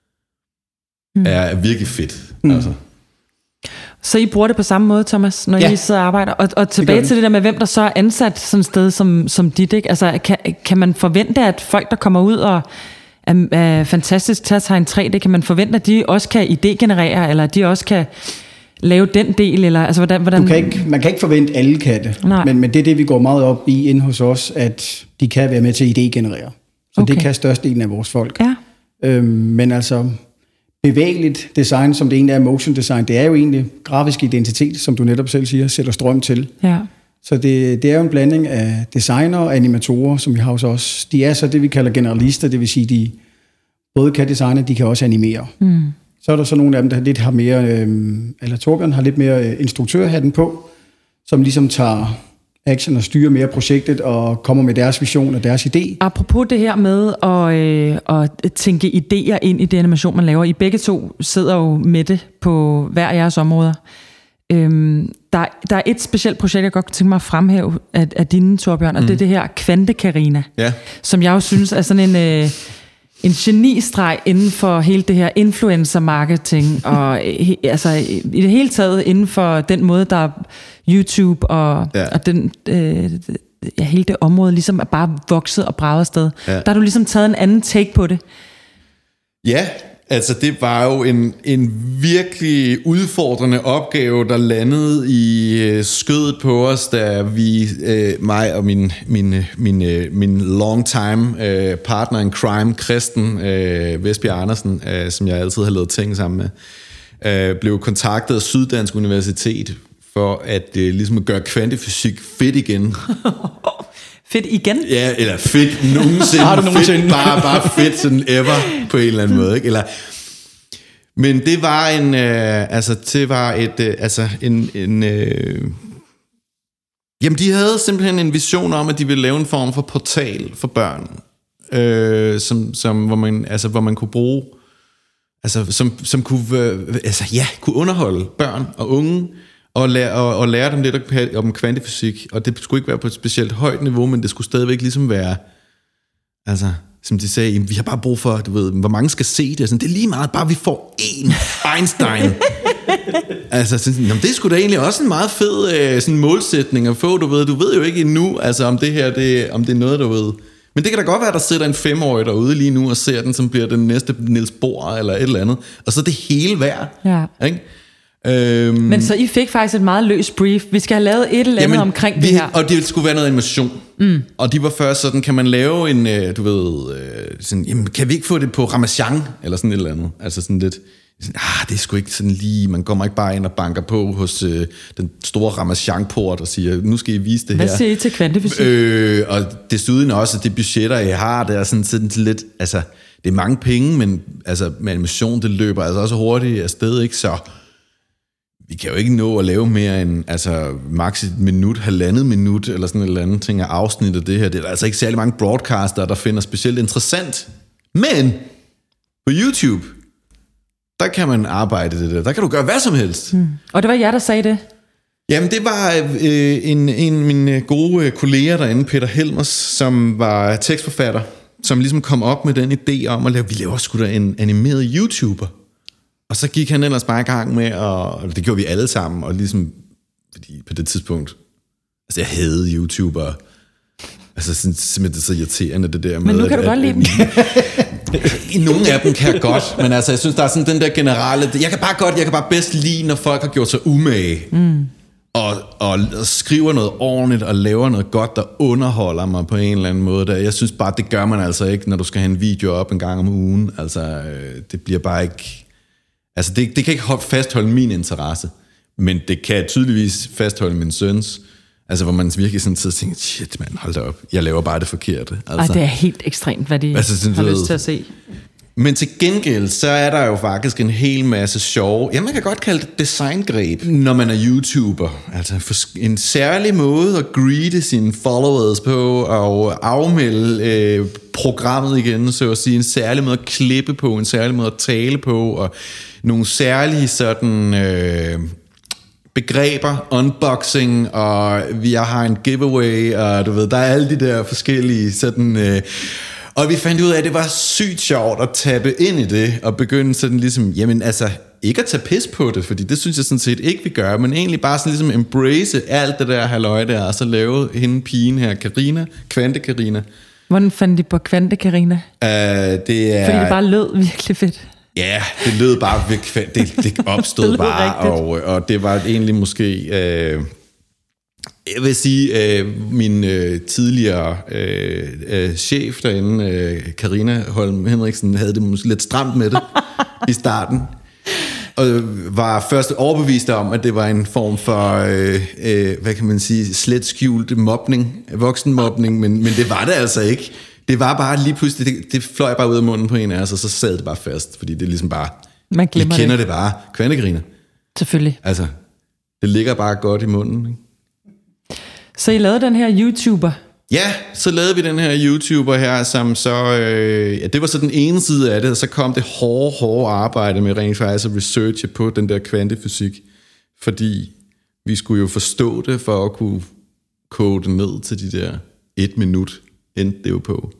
C: mm. er virkelig fedt. Mm. Altså.
A: Så I bruger det på samme måde, Thomas, når ja. I sidder og arbejder? Og, og tilbage det til det der med, hvem der så er ansat sådan et sted som, som dit, ikke? Altså, kan, kan man forvente, at folk, der kommer ud og er, er fantastisk til at tegne tre D, kan man forvente, at de også kan idégenerere, eller at de også kan lave den del? Eller, altså, hvordan, hvordan...
B: Du kan ikke, man kan ikke forvente, alle kan det. Men, men det er det, vi går meget op i inde hos os, at de kan være med til at idégenerere. Så okay. det kan størstedelen af vores folk. Ja. Øhm, men altså... bevægeligt design, som det egentlig er motion design, det er jo egentlig grafisk identitet, som du netop selv siger, sætter strøm til. Ja. Så det, det er jo en blanding af designer og animatorer, som vi har hos os. De er så det, vi kalder generalister, det vil sige, de både kan designe, de kan også animere. Mm. Så er der så nogle af dem, der lidt har mere, øh, eller Torbjørn har lidt mere instruktørhatten på, som ligesom tager action og styrer mere projektet og kommer med deres vision og deres idé.
A: Apropos det her med at, øh, at tænke idéer ind i det animation, man laver. I begge to sidder jo med det på hver af jeres områder. Øhm, der, der er et specielt projekt, jeg godt kunne tænke mig at fremhæve af, af dine, Torbjørn, og mm. det er det her Kvante-Karina, ja. Som jeg jo synes er sådan en... Øh, en genistreg inden for hele det her influencer-marketing, og he, altså i det hele taget inden for den måde, der YouTube og, ja. og den, øh, ja, hele det område ligesom er bare vokset og braget afsted. Ja. Der har du ligesom taget en anden take på det. Ja,
C: altså det var jo en, en virkelig udfordrende opgave, der landede i øh, skødet på os, da vi, øh, mig og min, min, min, øh, min long time øh, partner in crime, Kristen øh, Vestbjerg Andersen, øh, som jeg altid har lavet ting sammen med, øh, blev kontaktet af Syddansk Universitet for at øh, ligesom gøre kvantefysik fedt igen.
A: Fedt igen?
C: Ja, eller fedt nogensinde.
B: Har du nogensinde?
C: Fedt, bare, bare fedt sådan ever på en eller anden måde, ikke? Eller, men det var en, øh, altså det var et, øh, altså en, en øh, jamen de havde simpelthen en vision om, at de ville lave en form for portal for børn, øh, som, som, hvor man, altså hvor man kunne bruge, altså som, som kunne, øh, altså ja, kunne underholde børn og unge, og lære, og, og lære dem lidt om kvantefysik, og det skulle ikke være på et specielt højt niveau, men det skulle stadigvæk ligesom være, altså, som de sagde, vi har bare brug for, du ved, hvor mange skal se det, sådan, det er lige meget, bare vi får én Einstein. Altså, sådan, jamen, det skulle da egentlig også en meget fed øh, sådan målsætning at få, du ved, du ved jo ikke endnu, altså om det her, det, om det er noget, du ved. Men det kan da godt være, der sidder en femårig derude lige nu, og ser den, som bliver den næste Niels Bohr, eller et eller andet, og så er det hele værd, ja. Ikke?
A: Øhm, Men så I fik faktisk et meget løst brief. Vi skal have lavet et eller andet jamen, omkring vi, det her.
C: Og det skulle være noget animation. Mm. Og de var først sådan, kan man lave en, du ved, sådan, jamen, kan vi ikke få det på Ramachan, eller sådan et eller andet. Altså sådan lidt, sådan, ah, det er sgu ikke sådan lige, man kommer ikke bare ind og banker på hos øh, den store Ramachan-port og siger, nu skal I vise det
A: Hvad
C: her.
A: Hvad siger I til kvantefysik?
C: Øh, og desuden også, at de budgetter, I har, det er sådan, sådan lidt, altså, det er mange penge, men altså, med animation, det løber altså også hurtigt afsted, ikke? Så vi kan jo ikke nå at lave mere end altså, maks et minut, halvandet minut, eller sådan et eller andet ting af afsnit af det her. Det er der altså ikke særlig mange broadcaster, der finder specielt interessant. Men på YouTube, der kan man arbejde det der. Der kan du gøre hvad som helst. Mm.
A: Og det var jer, der sagde det?
C: Jamen, det var øh, en, en af mine gode kolleger derinde, Peter Helmers, som var tekstforfatter, som ligesom kom op med den idé om at lave, vi laver sgu da en animeret YouTuber. Og så gik han ellers bare i gang med, og det gjorde vi alle sammen, og ligesom, fordi på det tidspunkt, altså jeg havde YouTuber, altså sådan, simpelthen det er så irriterende det der med.
A: Men nu kan at, du godt lide dem.
C: I nogle af dem kan jeg godt, men altså jeg synes, der er sådan den der generelle, jeg kan bare godt, jeg kan bare bedst lide, når folk har gjort sig umage, mm. og, og, og skriver noget ordentligt, og laver noget godt, der underholder mig på en eller anden måde. Der. Jeg synes bare, det gør man altså ikke, når du skal have en video op en gang om ugen. Altså, det bliver bare ikke... Altså, det, det kan ikke fastholde min interesse, men det kan tydeligvis fastholde min søns. Altså, hvor man virkelig sådan sidder og tænker, shit, man, hold da op, jeg laver bare det forkerte. Altså,
A: Ej, det er helt ekstremt, hvad de altså, sådan, har lyst til at se.
C: Men til gengæld, så er der jo faktisk en hel masse sjove, ja, man kan godt kalde det designgreb, når man er YouTuber. Altså en særlig måde at greete sine followers på, og afmelde øh, programmet igen, så at sige, en særlig måde at klippe på, en særlig måde at tale på, og nogle særlige sådan øh, begreber, unboxing, og vi har en giveaway, og du ved, der er alle de der forskellige sådan... Øh, Og vi fandt ud af, at det var sygt sjovt at tappe ind i det, og begynde sådan ligesom, jamen altså, ikke at tage pis på det, fordi det synes jeg sådan set ikke, vi gør, men egentlig bare sådan ligesom embrace alt det der halløj der, og så lave hende pigen her, Karina, Kvante Karina.
A: Hvordan fandt de på Kvante Karina?
C: Uh, det er...
A: Fordi det bare lød virkelig fedt.
C: Ja, det lød bare, det, det opstod det bare, og, og det var egentlig måske... Uh, Jeg vil sige, øh, min øh, tidligere øh, øh, chef derinde, øh, Karina Holm Henriksen, havde det måske lidt stramt med det i starten. Og var først overbevist om, at det var en form for, øh, øh, hvad kan man sige, slet skjult mobning, voksenmobning, men, men det var det altså ikke. Det var bare lige pludselig, det, det fløj bare ud af munden på en af os, og så sad det bare fast, fordi det er ligesom bare,
A: man glemmer
C: vi kender
A: det,
C: det bare. Kvante Karina.
A: Selvfølgelig.
C: Altså, det ligger bare godt i munden, ikke?
A: Så I lavede den her YouTuber?
C: Ja, så lavede vi den her YouTuber her, som så, øh, ja, det var så den ene side af det, og så kom det hårde, hårde arbejde med rent faktisk at researche på den der kvantefysik, fordi vi skulle jo forstå det, for at kunne kode det ned til de der et minut, endte det jo på.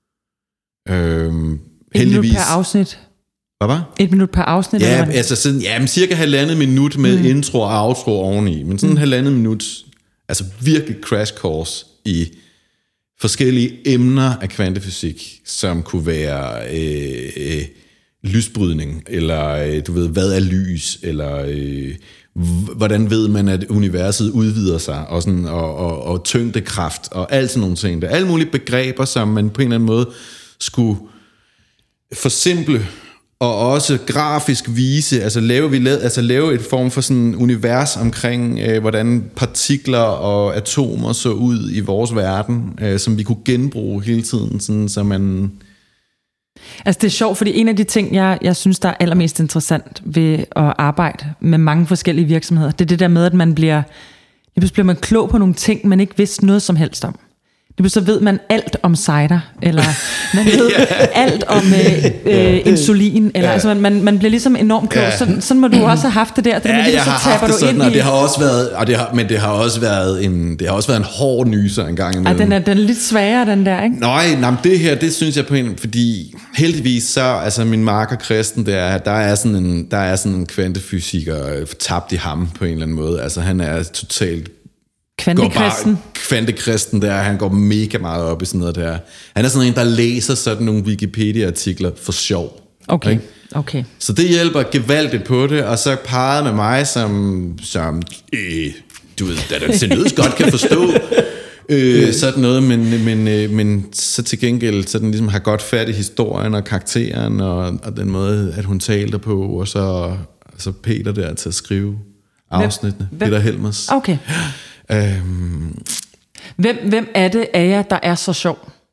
C: Øhm,
A: et minut per afsnit?
C: Hvad var?
A: Et minut per afsnit?
C: Ja, altså sådan, ja, men cirka halvandet minut med mm. intro og outro oveni, men sådan mm. halvandet minut... Altså virkelig crash course i forskellige emner af kvantefysik, som kunne være øh, øh, lysbrydning, eller øh, du ved, hvad er lys, eller øh, hvordan ved man, at universet udvider sig, og, sådan, og, og, og tyngdekraft, og alt sådan nogle ting. Der er alle mulige begreber, som man på en eller anden måde skulle forsimple, og også grafisk vise, altså lave, vi lave, altså lave et form for sådan univers omkring, øh, hvordan partikler og atomer så ud i vores verden, øh, som vi kunne genbruge hele tiden, sådan, så man...
A: Altså det er sjovt, fordi en af de ting, jeg, jeg synes, der er allermest interessant ved at arbejde med mange forskellige virksomheder, det er det der med, at man bliver, lige bliver man klog på nogle ting, man ikke vidste noget som helst om. Så ved man alt om cider, eller man ved yeah. alt om øh, øh, insulin, eller yeah. altså man, man, man bliver ligesom enormt klog. Yeah. Sådan, sådan må du også have haft det der. Det
C: ja,
A: med,
C: jeg
A: så
C: har haft det sådan,
A: ind
C: og
A: i...
C: det har også været, og det har, men det har også været en, det har også været en hård nyser en gang imellem.
A: Ja, den er, den er lidt sværere, den der, ikke?
C: Nej, nej, det her, det synes jeg på en, fordi heldigvis så, altså min marker Christen, der, der er sådan en, der er sådan en kvantefysiker tabt i ham på en eller anden måde. Altså han er totalt
A: Kvantekristen.
C: Kvantekristen der, han går mega meget op i sådan noget der. Han er sådan en, der læser sådan nogle Wikipedia-artikler for sjov.
A: Okay,
C: ikke?
A: Okay.
C: Så det hjælper gevaldigt på det, og så parret med mig, som, som øh, du ved, der, der til nøds godt kan forstå øh, sådan noget, men, men, øh, men så til gengæld så den ligesom har godt fat i historien og karakteren, og, og den måde, at hun talte på, og så, så Peter der til at skrive afsnittene. Hvem? Peter Helmers.
A: Okay.
C: Øhm.
A: Hvem, hvem er det af jer, der er så sjov?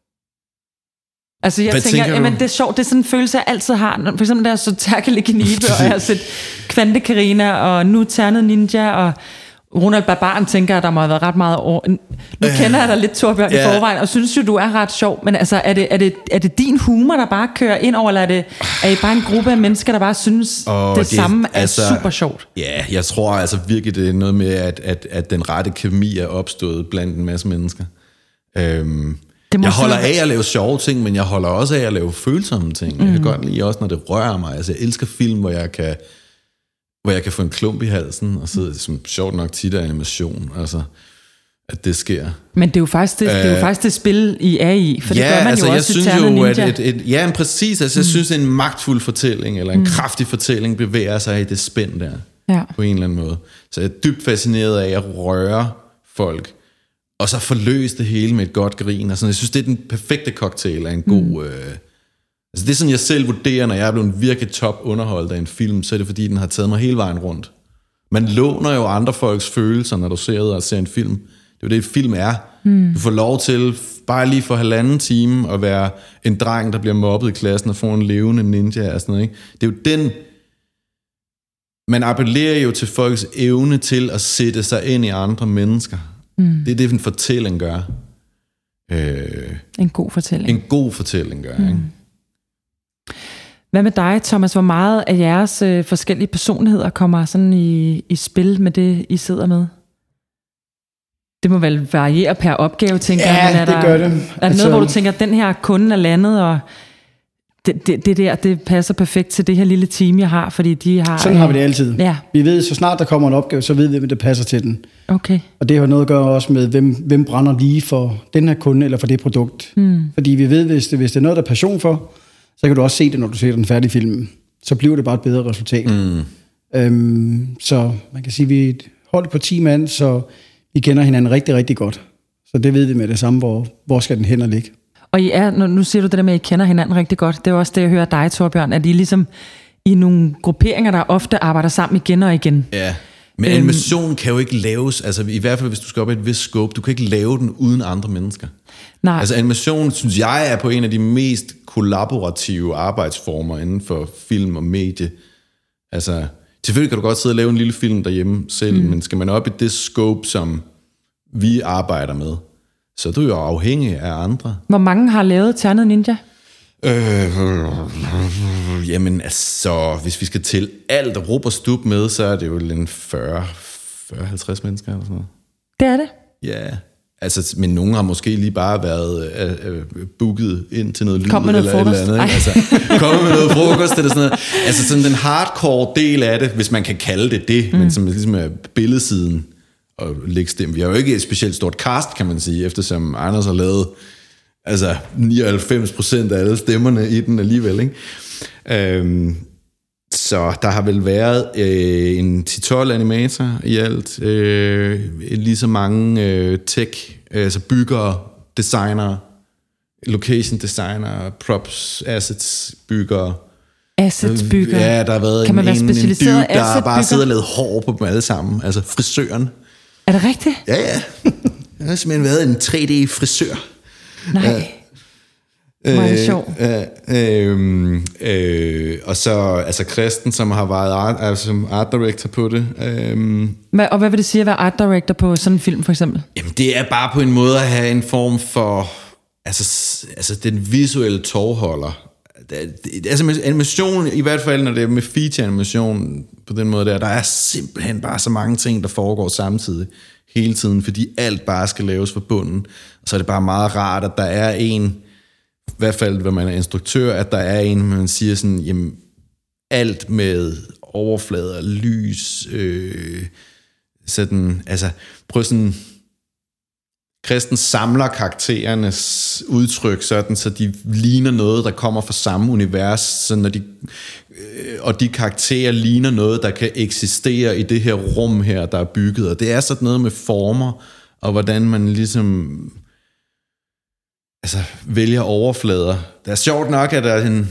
A: Altså jeg
C: Hvad
A: tænker,
C: tænker
A: jamen, det er sjovt, det er sådan en følelse, jeg altid har. For eksempel der er så Terkel Knibe, og jeg har set Kvante Karina, og nu Ternet Ninja, og Ronald Barbaren, tænker, at der må have været ret meget over. Nu øh, kender jeg dig lidt, Torbjørn, yeah. i forvejen, og synes jo, du er ret sjov. Men altså, er det, er det, er det din humor, der bare kører ind over, eller er, det, er I bare en gruppe af mennesker, der bare synes, oh, det, det samme er altså, super sjovt?
C: Ja, jeg tror altså virkelig, det er noget med, at, at, at den rette kemi er opstået blandt en masse mennesker. Øhm, jeg holder af at lave sjove ting, men jeg holder også af at lave følsomme ting. Mm. Jeg kan godt lide også, når det rører mig. Altså, jeg elsker film, hvor jeg kan... hvor jeg kan få en klump i halsen, og så som sjovt nok tit af animation, altså, at det sker.
A: Men det er jo faktisk det, uh, det, er jo faktisk det spil, I er i, for
C: ja,
A: det gør man
C: altså,
A: jo
C: jeg
A: også
C: synes
A: i Ternet Ninja.
C: Jo, at et, et, ja, præcis, altså, mm. jeg synes, en magtfuld fortælling, eller en mm. kraftig fortælling, bevæger sig i det spænd der,
A: ja. På
C: en eller anden måde. Så jeg er dybt fascineret af at røre folk, og så forløse det hele med et godt grin, og sådan. Jeg synes, det er den perfekte cocktail af en god... Mm. Øh, Altså det er sådan, jeg selv vurderer, når jeg er blevet virkelig top underholdt af en film, så er det fordi, den har taget mig hele vejen rundt. Man låner jo andre folks følelser, når du ser og ser en film. Det er jo det, et film er. Mm. Du får lov til bare lige for halvanden time at være en dreng, der bliver mobbet i klassen og får en levende ninja og sådan noget, ikke? Det er jo den... Man appellerer jo til folks evne til at sætte sig ind i andre mennesker. Mm. Det er det, en fortælling gør. Øh,
A: en god fortælling.
C: En god fortælling gør, mm. ikke?
A: Hvad med dig, Thomas? Hvor meget af jeres øh, forskellige personligheder kommer sådan i, i spil med det, I sidder med? Det må vel variere per opgave, tænker
B: ja,
A: jeg. Ja,
B: det
A: der,
B: gør det.
A: Er der altså, noget, hvor du tænker, at den her kunde er landet, og det, det, det der, det passer perfekt til det her lille team, jeg har, fordi de har...
B: Sådan har vi det altid.
A: Ja.
B: Vi ved, så snart der kommer en opgave, så ved vi, at det passer til den.
A: Okay.
B: Og det har noget at gøre også med, hvem, hvem brænder lige for den her kunde, eller for det produkt. Mm. Fordi vi ved, hvis det, hvis det er noget, der er passion for, så kan du også se det, når du ser den færdige film. Så bliver det bare et bedre resultat. Mm. Øhm, så man kan sige, at vi er et hold på ti mand, så vi kender hinanden rigtig, rigtig godt. Så det ved vi med det samme, hvor, hvor skal den hen og ligge.
A: Og I er, nu siger du det der med, at I kender hinanden rigtig godt. Det er også det, jeg hører dig, Torbjørn, at I ligesom i nogle grupperinger, der ofte arbejder sammen igen og igen.
C: Ja, men øhm, animation kan jo ikke laves, altså i hvert fald hvis du skal op i et vist scope, du kan ikke lave den uden andre mennesker.
A: Nej.
C: Altså animation, synes jeg, er på en af de mest kollaborative arbejdsformer inden for film og medie. Altså, selvfølgelig kan du godt sidde og lave en lille film derhjemme selv, mm. men skal man op i det scope, som vi arbejder med, så er du jo afhængig af andre.
A: Hvor mange har lavet Ternet Ninja?
C: Øh, jamen altså, hvis vi skal til alt og råb og stup med, så er det jo en fyrre til halvtreds mennesker eller sådan noget.
A: Det er det?
C: Ja, altså, men nogen har måske lige bare været øh, øh, booket ind til noget lyd
A: kom med noget
C: eller
A: frokost.
C: et eller andet. Altså, kom med noget frokost eller sådan noget. Altså sådan den hardcore del af det, hvis man kan kalde det det, mm. men som ligesom er billedsiden og lægge stemme. Vi har jo ikke et specielt stort cast, kan man sige, eftersom Anders har lavet altså nioghalvfems procent af alle stemmerne i den alligevel, ikke? Øhm, så der har vel været øh, en ti til tolv animatorer i alt, øh, lige så mange øh, tech, altså byggere, designere, location designere, props, assets byggere.
A: Assets byggere?
C: Ja, der har været
A: kan
C: en, en, en dyb, der har bare siddet og lavet hår på dem alle sammen, altså frisøren.
A: Er det rigtigt?
C: Ja, ja. Der har simpelthen været en tre D frisør.
A: Nej. Hvor er det sjovt.
C: Øh, øh, øh, og så altså Kristen, som har været art, altså art director på det. Øh,
A: hvad, og hvad vil det sige at være art director på sådan en film, for eksempel?
C: Jamen, det er bare på en måde at have en form for altså, altså den visuelle tovholder. Altså animation, i hvert fald når det er med feature-animation på den måde der, der er simpelthen bare så mange ting, der foregår samtidig hele tiden, fordi alt bare skal laves fra bunden. Og så er det bare meget rart, at der er en, i hvert fald hvor man er instruktør, at der er en, man siger sådan, jamen, alt med overflader, lys, øh, sådan, altså, prøv sådan, Kristen samler karakterernes udtryk sådan, så de ligner noget, der kommer fra samme univers, så når de, øh, og de karakterer ligner noget, der kan eksistere i det her rum her, der er bygget. Og det er sådan noget med former, og hvordan man ligesom altså, vælger overflader. Det er sjovt nok, at der er en...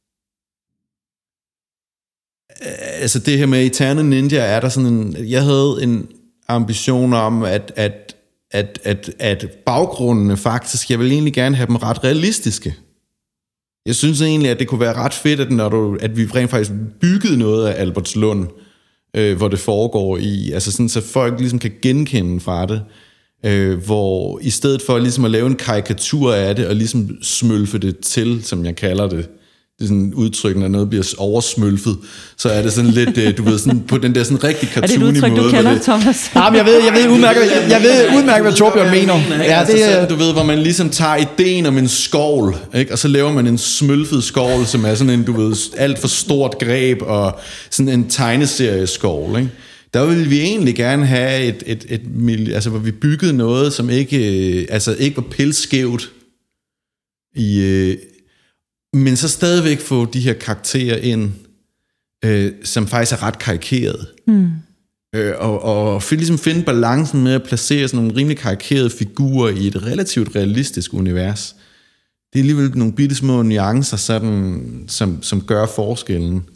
C: Altså det her med Ternet Ninja, er der sådan en... Jeg havde en ambition om, at... at At, at, at baggrundene faktisk, jeg vil egentlig gerne have dem ret realistiske. Jeg synes egentlig, at det kunne være ret fedt, at, når du, at vi rent faktisk byggede noget af Albertslund, øh, hvor det foregår i, altså sådan, så folk ligesom kan genkende fra det, øh, hvor i stedet for ligesom at lave en karikatur af det, og ligesom smølfe det til, som jeg kalder det, det er sådan udtryk, når noget bliver oversmølfet, så er det sådan lidt, du ved, sådan på den der sådan rigtig cartoony måde.
A: Er det et udtryk, du kender, det... Thomas?
B: Nej, men jeg ved, jeg ved udmærket, jeg, jeg ved udmærket, hvad Torbjørn mener.
C: Ja, altså, det er... Du ved, hvor man ligesom tager ideen om en skovl, ikke? Og så laver man en smølfet skovl, som er sådan en, du ved, alt for stort greb, og sådan en tegneserieskovl, ikke? Der ville vi egentlig gerne have et, et, et, et altså hvor vi byggede noget, som ikke, altså ikke var pilskævt i... Men så stadigvæk få de her karakterer ind, øh, som faktisk er ret karikerede. Mm. Øh, og og find, ligesom finde balancen med at placere sådan nogle rimelig karikerede figurer i et relativt realistisk univers. Det er alligevel nogle bitte små nuancer, sådan, som, som gør forskellen.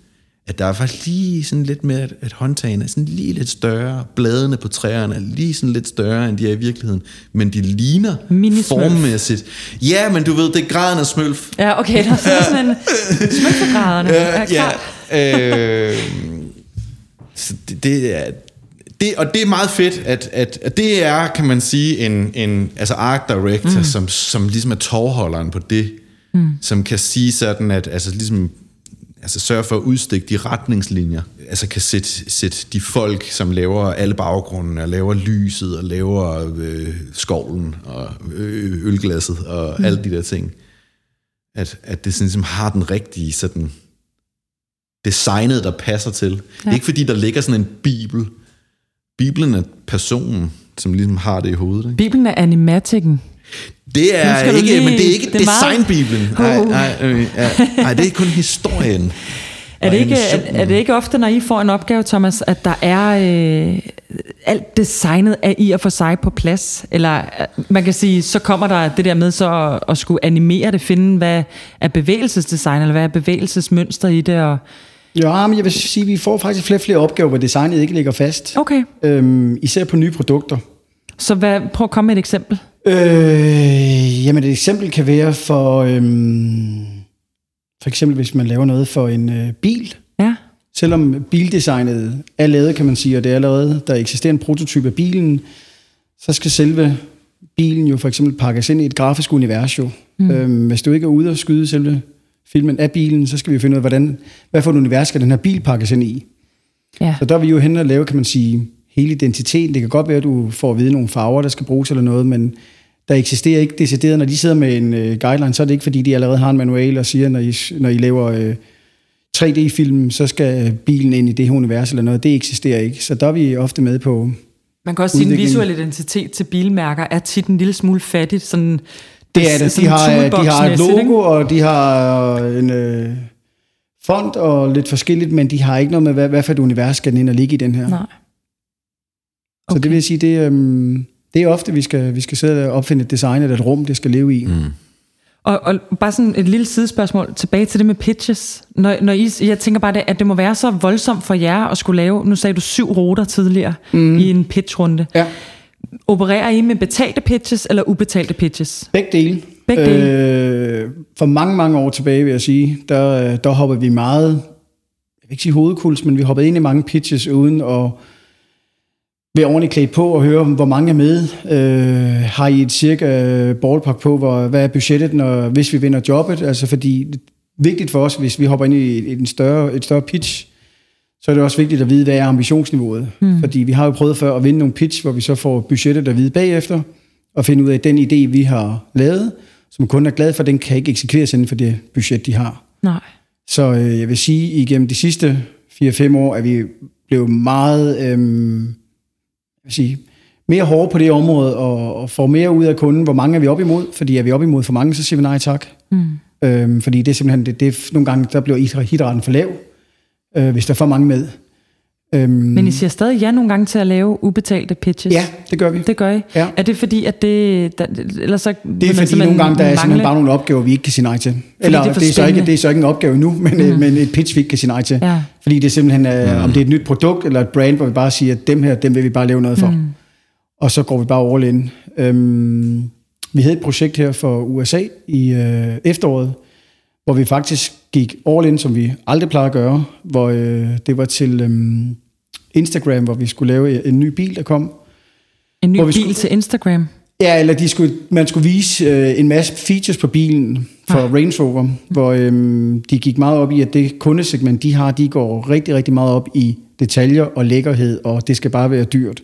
C: at der er faktisk lige sådan lidt mere, at, at håndtagene er sådan lige lidt større, bladene på træerne er lige sådan lidt større, end de er i virkeligheden, men de ligner formmæssigt. Ja, men du ved, det er graden af smølf.
A: Ja, okay, der er sådan en smølfegraderne.
C: Ja, ja, øh, så det, det er... Det, og det er meget fedt, at, at, at det er, kan man sige, en, en altså art director, mm. som, som ligesom er tovholderen på det, mm. som kan sige sådan, at altså ligesom, altså sørge for at udstikke de retningslinjer, altså kan sætte, sætte de folk, som laver alle baggrundene, og laver lyset, og laver øh, skovlen, og øh, ølglasset, og mm. alle de der ting, at, at det sådan ligesom har den rigtige sådan designet, der passer til. Ja. Ikke fordi der ligger sådan en bibel. Bibelen er personen, som ligesom har det i hovedet. Ikke?
A: Bibelen er animatikken.
C: Det er ikke, lige, men det er ikke designbibelen. Nej, nej, øh, nej, det er kun historien.
A: Er det, ikke, er, er det ikke ofte, når I får en opgave, Thomas, at der er øh, alt designet er i og for sig på plads? Eller man kan sige, så kommer der det der med så at, at skulle animere det, finde hvad er bevægelsesdesign, eller hvad er bevægelsesmønster i det, og
B: ja, men jeg vil sige, at vi får faktisk flere flere opgaver, hvor designet ikke ligger fast.
A: Okay.
B: Øhm, især på nye produkter.
A: Så hvad, prøv at komme med et eksempel.
B: Øh, jamen et eksempel kan være for, øhm, for eksempel hvis man laver noget for en øh, bil.
A: Ja.
B: Selvom bildesignet er lavet, kan man sige, og det er allerede, der eksisterer en prototype af bilen, så skal selve bilen jo for eksempel pakkes ind i et grafisk univers jo. Mm. Øhm, hvis du ikke er ude og skyde selve filmen af bilen, så skal vi finde ud af, hvordan, hvad for et univers skal den her bil pakkes ind i. Ja. Så der er vi jo hen og lave, kan man sige, hele identiteten. Det kan godt være, at du får at vide nogle farver, der skal bruges eller noget, men der eksisterer ikke decideret. Når de sidder med en uh, guideline, så er det ikke, fordi de allerede har en manual og siger, når I, når I laver uh, tre D-film, så skal bilen ind i det her univers eller noget. Det eksisterer ikke. Så der er vi ofte med på.
A: Man kan også sige, at den visuelle identitet til bilmærker er tit en lille smule fattigt, sådan.
B: Det er det. De har, de har et logo, og de har en øh, font og lidt forskelligt, men de har ikke noget med, hvad, hvad for et univers skal den ind og ligge i den her.
A: Nej.
B: Okay. Så det vil sige, det, øhm, det er ofte, vi skal, vi skal sidde og opfinde et design eller et rum, det skal leve i. Mm.
A: Og, og bare sådan et lille sidespørgsmål tilbage til det med pitches. Når, når I, jeg tænker bare, det, at det må være så voldsomt for jer at skulle lave, nu sagde du syv ruter tidligere mm. i en pitchrunde.
B: Ja.
A: Opererer I med betalte pitches eller ubetalte pitches?
B: Begge dele.
A: Begge dele.
B: Øh, for mange, mange år tilbage, vil jeg sige, der, der hoppede vi meget, jeg vil ikke sige hovedkuls, men vi hoppede ind i mange pitches uden at være ordentligt klædt på og høre, hvor mange er med. Øh, har I et cirka ballpark på, hvor, hvad er budgettet, når, hvis vi vinder jobbet? Altså fordi det er vigtigt for os, hvis vi hopper ind i et, et, større, et større pitch, så er det også vigtigt at vide, hvad er ambitionsniveauet. Mm. Fordi vi har jo prøvet før at vinde nogle pitch, hvor vi så får budgettet at vide bagefter, og finde ud af, at den idé, vi har lavet, som kunden er glad for, den kan ikke eksekveres inden for det budget, de har.
A: Nej.
B: Så øh, jeg vil sige, at igennem de sidste fire fem år, er vi blevet meget øh, jeg vil sige, mere hårde på det område, og, og får mere ud af kunden. Hvor mange er vi op imod? Fordi er vi op imod for mange, så siger vi nej tak. Mm. Øh, fordi det er simpelthen, det, det, nogle gange der bliver hitraten for lav, øh, hvis der er for mange med. Øhm,
A: Men I siger stadig ja nogle gange til at lave ubetalte pitches?
B: Ja, det gør vi.
A: Det gør I?
B: Ja.
A: Er det fordi, at det... Der, eller så
B: det er fordi nogle gange, der er simpelthen bare nogle opgaver, vi ikke kan sige nej til. Eller det er, det er, så, ikke, det er så ikke en opgave nu, men, mm. men et pitch, vi ikke kan sige nej til. Ja. Fordi det er simpelthen, mm. om det er et nyt produkt eller et brand, hvor vi bare siger, at dem her, dem vil vi bare lave noget for. Mm. Og så går vi bare all in. Øhm, vi havde et projekt her for U S A i øh, efteråret, hvor vi faktisk gik all in, som vi aldrig plejer at gøre, hvor øh, det var til øh, Instagram, hvor vi skulle lave en ny bil, der kom.
A: En ny bil
B: skulle,
A: til Instagram?
B: Ja, eller de skulle, man skulle vise øh, en masse features på bilen for ah. Range Rover, mm. hvor øh, de gik meget op i, at det kundesegment, de har, de går rigtig, rigtig meget op i detaljer og lækkerhed, og det skal bare være dyrt.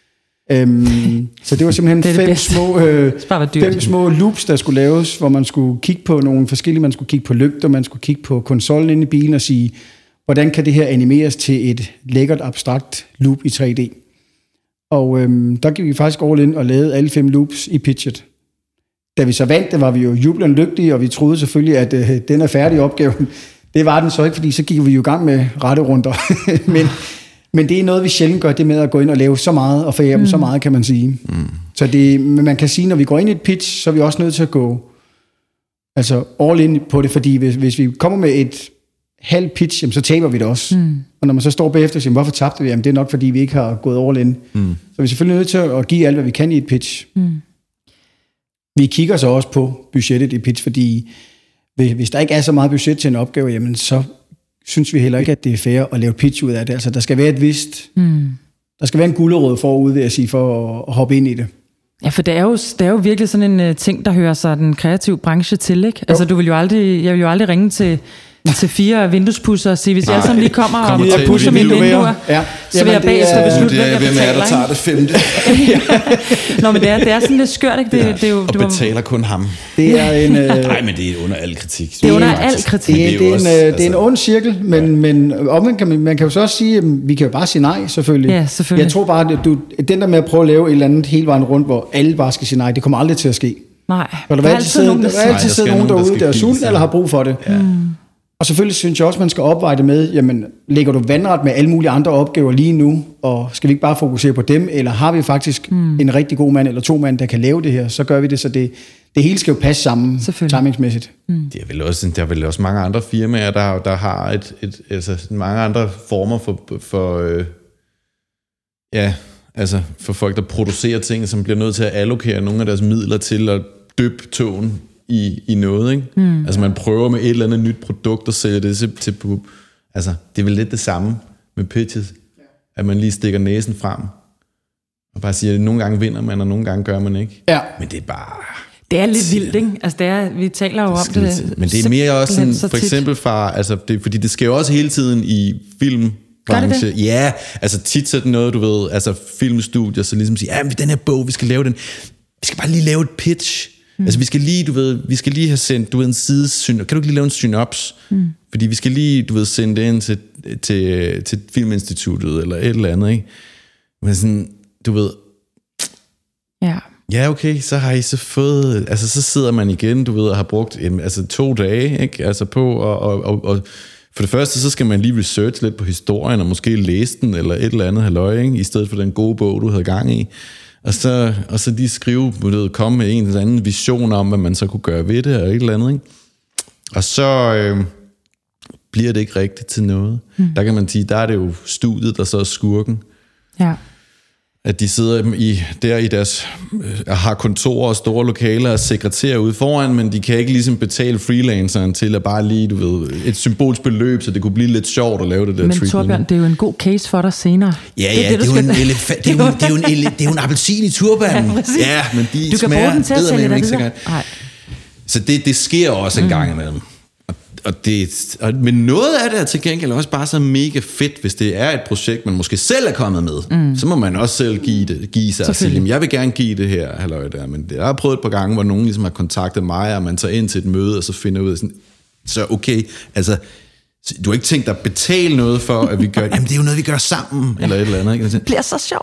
B: Øhm, så det var simpelthen det det fem, små, øh, fem små loops, der skulle laves, hvor man skulle kigge på nogle forskellige, man skulle kigge på lygter, man skulle kigge på konsollen inde i bilen og sige, hvordan kan det her animeres til et lækkert, abstrakt loop i tre D. Og øhm, der gik vi faktisk all in og lavede alle fem loops i pitchet. Da vi så vandt, det var vi jo jublende lykkelige, og vi troede selvfølgelig, at øh, den er færdig opgaven. Det var den så ikke, fordi så gik vi jo i gang med rette runder. Men Men det er noget, vi sjældent gør, det med at gå ind og lave så meget, og forære mm. dem så meget, kan man sige. Mm. Så det, man kan sige, når vi går ind i et pitch, så er vi også nødt til at gå altså all in på det, fordi hvis, hvis vi kommer med et halv pitch, jamen, så taber vi det også. Mm. Og når man så står bagefter og siger, hvorfor tabte vi? Jamen, det er nok, fordi vi ikke har gået all in. Mm. Så vi er selvfølgelig nødt til at give alt, hvad vi kan i et pitch. Mm. Vi kigger så også på budgettet i pitch, fordi hvis der ikke er så meget budget til en opgave, jamen, så synes vi heller ikke, at det er fair at lave pitch ud af det. Altså, der skal være et vist... Mm. Der skal være en gulerod forud, vil jeg sige, for at hoppe ind i det.
A: Ja, for det er jo, det er jo virkelig sådan en uh, ting, der hører sig den kreative branche til, ikke? Altså, du vil jo aldrig, jeg vil jo aldrig ringe til... til fire vinduespusser og sige, hvis jeg sådan lige kommer og, og pusher mine vinduer, ja. Så vil jeg bagefter beslutte, hvem jeg betaler.
C: Hvem er der tager det femte?
A: Nå, men det er, det er sådan lidt skørt, ikke? Det, ja, det er jo,
C: og
A: det var...
C: betaler kun ham.
B: Det er en...
C: Nej, men det er under al kritik.
A: Det er under al kritik.
B: Det er, det er, en, altså... det er en ond cirkel, men, ja. men omvendt kan man, man kan jo så også sige, at vi kan jo bare sige nej, selvfølgelig.
A: Ja, selvfølgelig.
B: Jeg tror bare, at du, den der med at prøve at lave et eller andet hele vejen rundt, hvor alle bare skal sige nej, det kommer aldrig til at ske.
A: Nej.
B: For der vil altid, nogen, der, der altid sidde nogen derude, der er sulten eller har brug for det. Ja. Og selvfølgelig synes jeg også, man skal opveje det med, jamen, lægger du vandret med alle mulige andre opgaver lige nu, og skal vi ikke bare fokusere på dem, eller har vi faktisk mm. en rigtig god mand eller to mand, der kan lave det her, så gør vi det, så det, det hele skal jo passe sammen timingsmæssigt.
C: Mm. Det er vel også, der er vel også mange andre firmaer, der, der har et, et, altså mange andre former for, for øh, ja, altså for folk, der producerer ting, som bliver nødt til at allokere nogle af deres midler til at døbe tågen i, i noget, ikke? Mm. Altså man prøver med et eller andet nyt produkt og sælger det til, til altså det er vel lidt det samme med pitches, ja. At man lige stikker næsen frem og bare siger, at nogle gange vinder man, og nogle gange gør man ikke.
B: Ja.
C: Men det er bare...
A: Det er lidt vildt, ikke? Altså det er, vi taler jo om det.
C: det men det er mere også sådan, for eksempel fra, altså det, fordi det sker jo også hele tiden i filmbranche. Det det? Ja, altså tit sådan noget, du ved, altså filmstudier, så ligesom siger, ja, men den her bog, vi skal lave den, vi skal bare lige lave et pitch. Mm. Altså vi skal lige, du ved, vi skal lige have sendt, du ved, en side, kan du ikke lige lave en synops? Mm. Fordi vi skal lige, du ved, sende det ind til, til, til Filminstituttet, eller et eller andet, ikke? Men sådan, du ved...
A: Ja.
C: Ja, okay, så har I så fået... Altså, så sidder man igen, du ved, og har brugt altså, to dage, ikke? Altså på, og, og, og, og for det første, så skal man lige research lidt på historien, og måske læse den, eller et eller andet halløj, ikke? I stedet for den gode bog, du havde gang i. Og så, og så de skrive, du ved, komme med en eller anden vision om, hvad man så kunne gøre ved det, og et eller andet, ikke? Og så øh, bliver det ikke rigtigt til noget. Mm. Der kan man sige, der er det jo studiet, der så er skurken.
A: Ja.
C: At de sidder i, der i deres, øh, har kontorer og store lokaler og sekretærer ude foran, men de kan ikke ligesom betale freelanceren til at bare lige, du ved, et symbolsk beløb, så det kunne blive lidt sjovt at lave det der
A: men
C: treatment. Men
A: Torbjørn, det er jo en god case for dig senere.
C: Ja, ja, det er, det, det, er, jo en elef- det, er, jo, det, er, jo en ele- det er jo en appelsin i turbanen. Ja, ja, men de
A: du kan bruge den til at sælge dig videre.
C: Så det, det sker også en mm. gang imellem. Og det, og, men noget af det er til gengæld også bare så mega fedt, hvis det er et projekt, man måske selv er kommet med. Mm. Så må man også selv give, det, give sig og sige, jeg vil gerne give det her, halløj der. Men det, jeg har prøvet et par gange, hvor nogen ligesom har kontaktet mig, og man tager ind til et møde, og så finder ud af sådan, så okay, altså, du har ikke tænkt dig at betale noget for, at vi gør, jamen det er jo noget, vi gør sammen, eller et eller andet. Ikke?
A: Det bliver så sjovt.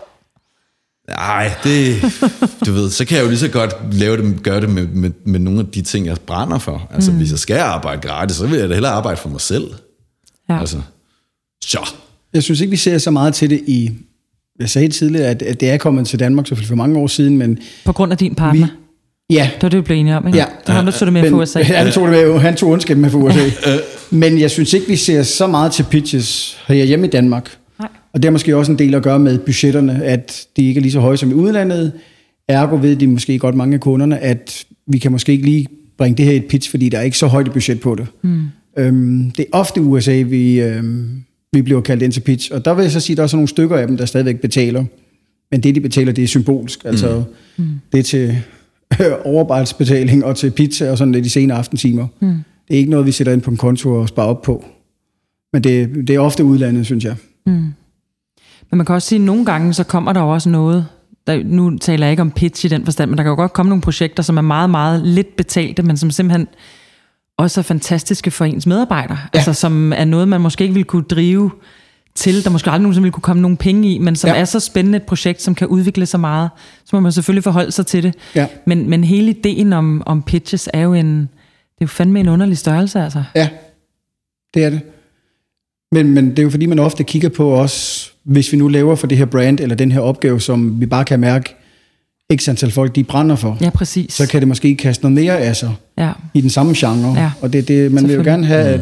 C: Nej, det, du ved, så kan jeg jo lige så godt lave det, gøre det med, med, med nogle af de ting, jeg brænder for. Altså, mm. hvis jeg skal arbejde gratis, så vil jeg da hellere arbejde for mig selv.
A: Ja.
C: Altså, så.
B: Jeg synes ikke, vi ser så meget til det i... Jeg sagde tidligere, at, at det er kommet til Danmark selvfølgelig for mange år siden, men...
A: På grund af din partner?
B: Vi, ja.
A: Det var det, vi blev enige om, ikke?
B: Ja.
A: Der har du tog det med
B: men,
A: for U S A.
B: Han tog, det med, han tog ondskab med for U S A. Men jeg synes ikke, vi ser så meget til pitches herhjemme i Danmark. Nej. Og det er måske også en del at gøre med budgetterne, at de ikke er lige så høje som i udlandet. Ergo ved de måske godt mange af kunderne, at vi kan måske ikke lige bringe det her i et pitch, fordi der er ikke så højt et budget på det. Mm. Øhm, det er ofte U S A, vi, øhm, vi bliver kaldt ind til pitch. Og der vil jeg så sige, at der er så nogle stykker af dem, der stadigvæk betaler. Men det, de betaler, det er symbolsk. Altså, mm. det er til overarbejdsbetaling og til pizza og sådan lidt i sene aftentimer. Mm. Det er ikke noget, vi sætter ind på en konto og sparer op på. Men det, det er ofte udlandet, synes jeg. Mm.
A: Men man kan også sige, at nogle gange, så kommer der jo også noget, der, nu taler jeg ikke om pitch i den forstand, men der kan jo godt komme nogle projekter, som er meget, meget lidt betalte, men som simpelthen også er fantastiske for ens medarbejdere. Ja. Altså som er noget, man måske ikke ville kunne drive til, der måske aldrig nogensinde ville kunne komme nogle penge i, men som ja. er så spændende et projekt, som kan udvikle sig meget, så må man selvfølgelig forholde sig til det. Ja. Men, men hele ideen om, om pitches er jo en, det er jo fandme en underlig størrelse, altså.
B: Ja, det er det. Men, men det er jo fordi, man ofte kigger på os, hvis vi nu laver for det her brand, eller den her opgave, som vi bare kan mærke, x antal folk, de brænder for.
A: Ja, præcis.
B: Så kan det måske kaste noget mere af sig ja. i den samme genre. Ja. Og det, det, man vil jo gerne have, at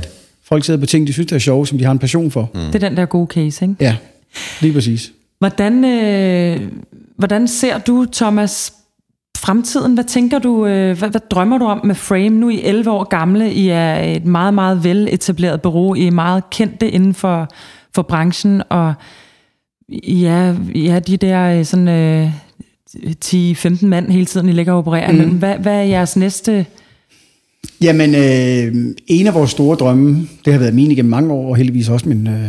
B: folk sidder på ting, de synes, det er sjove, som de har en passion for.
A: Mm. Det er den der gode case, ikke?
B: Ja, lige præcis.
A: Hvordan, øh, hvordan ser du, Thomas, fremtiden? Hvad tænker du, øh, hvad, hvad drømmer du om med Frame? Nu er I elleve år gamle, I er et meget, meget veletableret bureau, I er meget kendte inden for, for branchen, og I er, I er de der sådan, øh, ti femten mand hele tiden, I ligger og opererer. Mm. Hvad, hvad er jeres næste...
B: Jamen, øh, en af vores store drømme, det har været min igennem mange år, og heldigvis også min øh,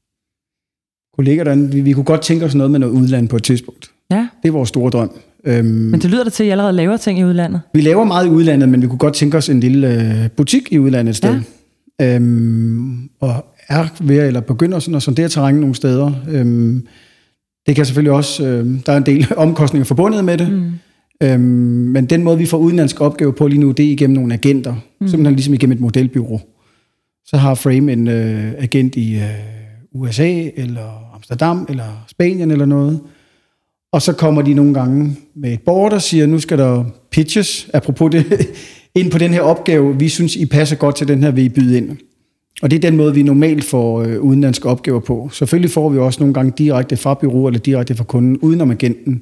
B: kollega derinde, vi, vi kunne godt tænke os noget med noget udland på et tidspunkt.
A: Ja.
B: Det er vores store drøm. Øhm,
A: men det lyder da til, at I allerede laver ting i udlandet.
B: Vi laver meget i udlandet, men vi kunne godt tænke os en lille øh, butik i udlandet et sted. Ja. Øhm, og er ved eller begynder sådan at sondere terræn nogle steder. Øhm, det kan selvfølgelig også, øh, der er en del omkostninger forbundet med det. Mm. Øhm, men den måde, vi får udenlandske opgaver på lige nu, det er igennem nogle agenter. Mm. Simpelthen ligesom igennem et modelbureau. Så har Frame en øh, agent i øh, U S A, eller Amsterdam, eller Spanien, eller noget. Og så kommer de nogle gange med et board og siger, nu skal der pitches, apropos det, ind på den her opgave. Vi synes, I passer godt til den her, vil I byde ind. Og det er den måde, vi normalt får øh, udenlandske opgaver på. Selvfølgelig får vi også nogle gange direkte fra bureau, eller direkte fra kunden, udenom agenten.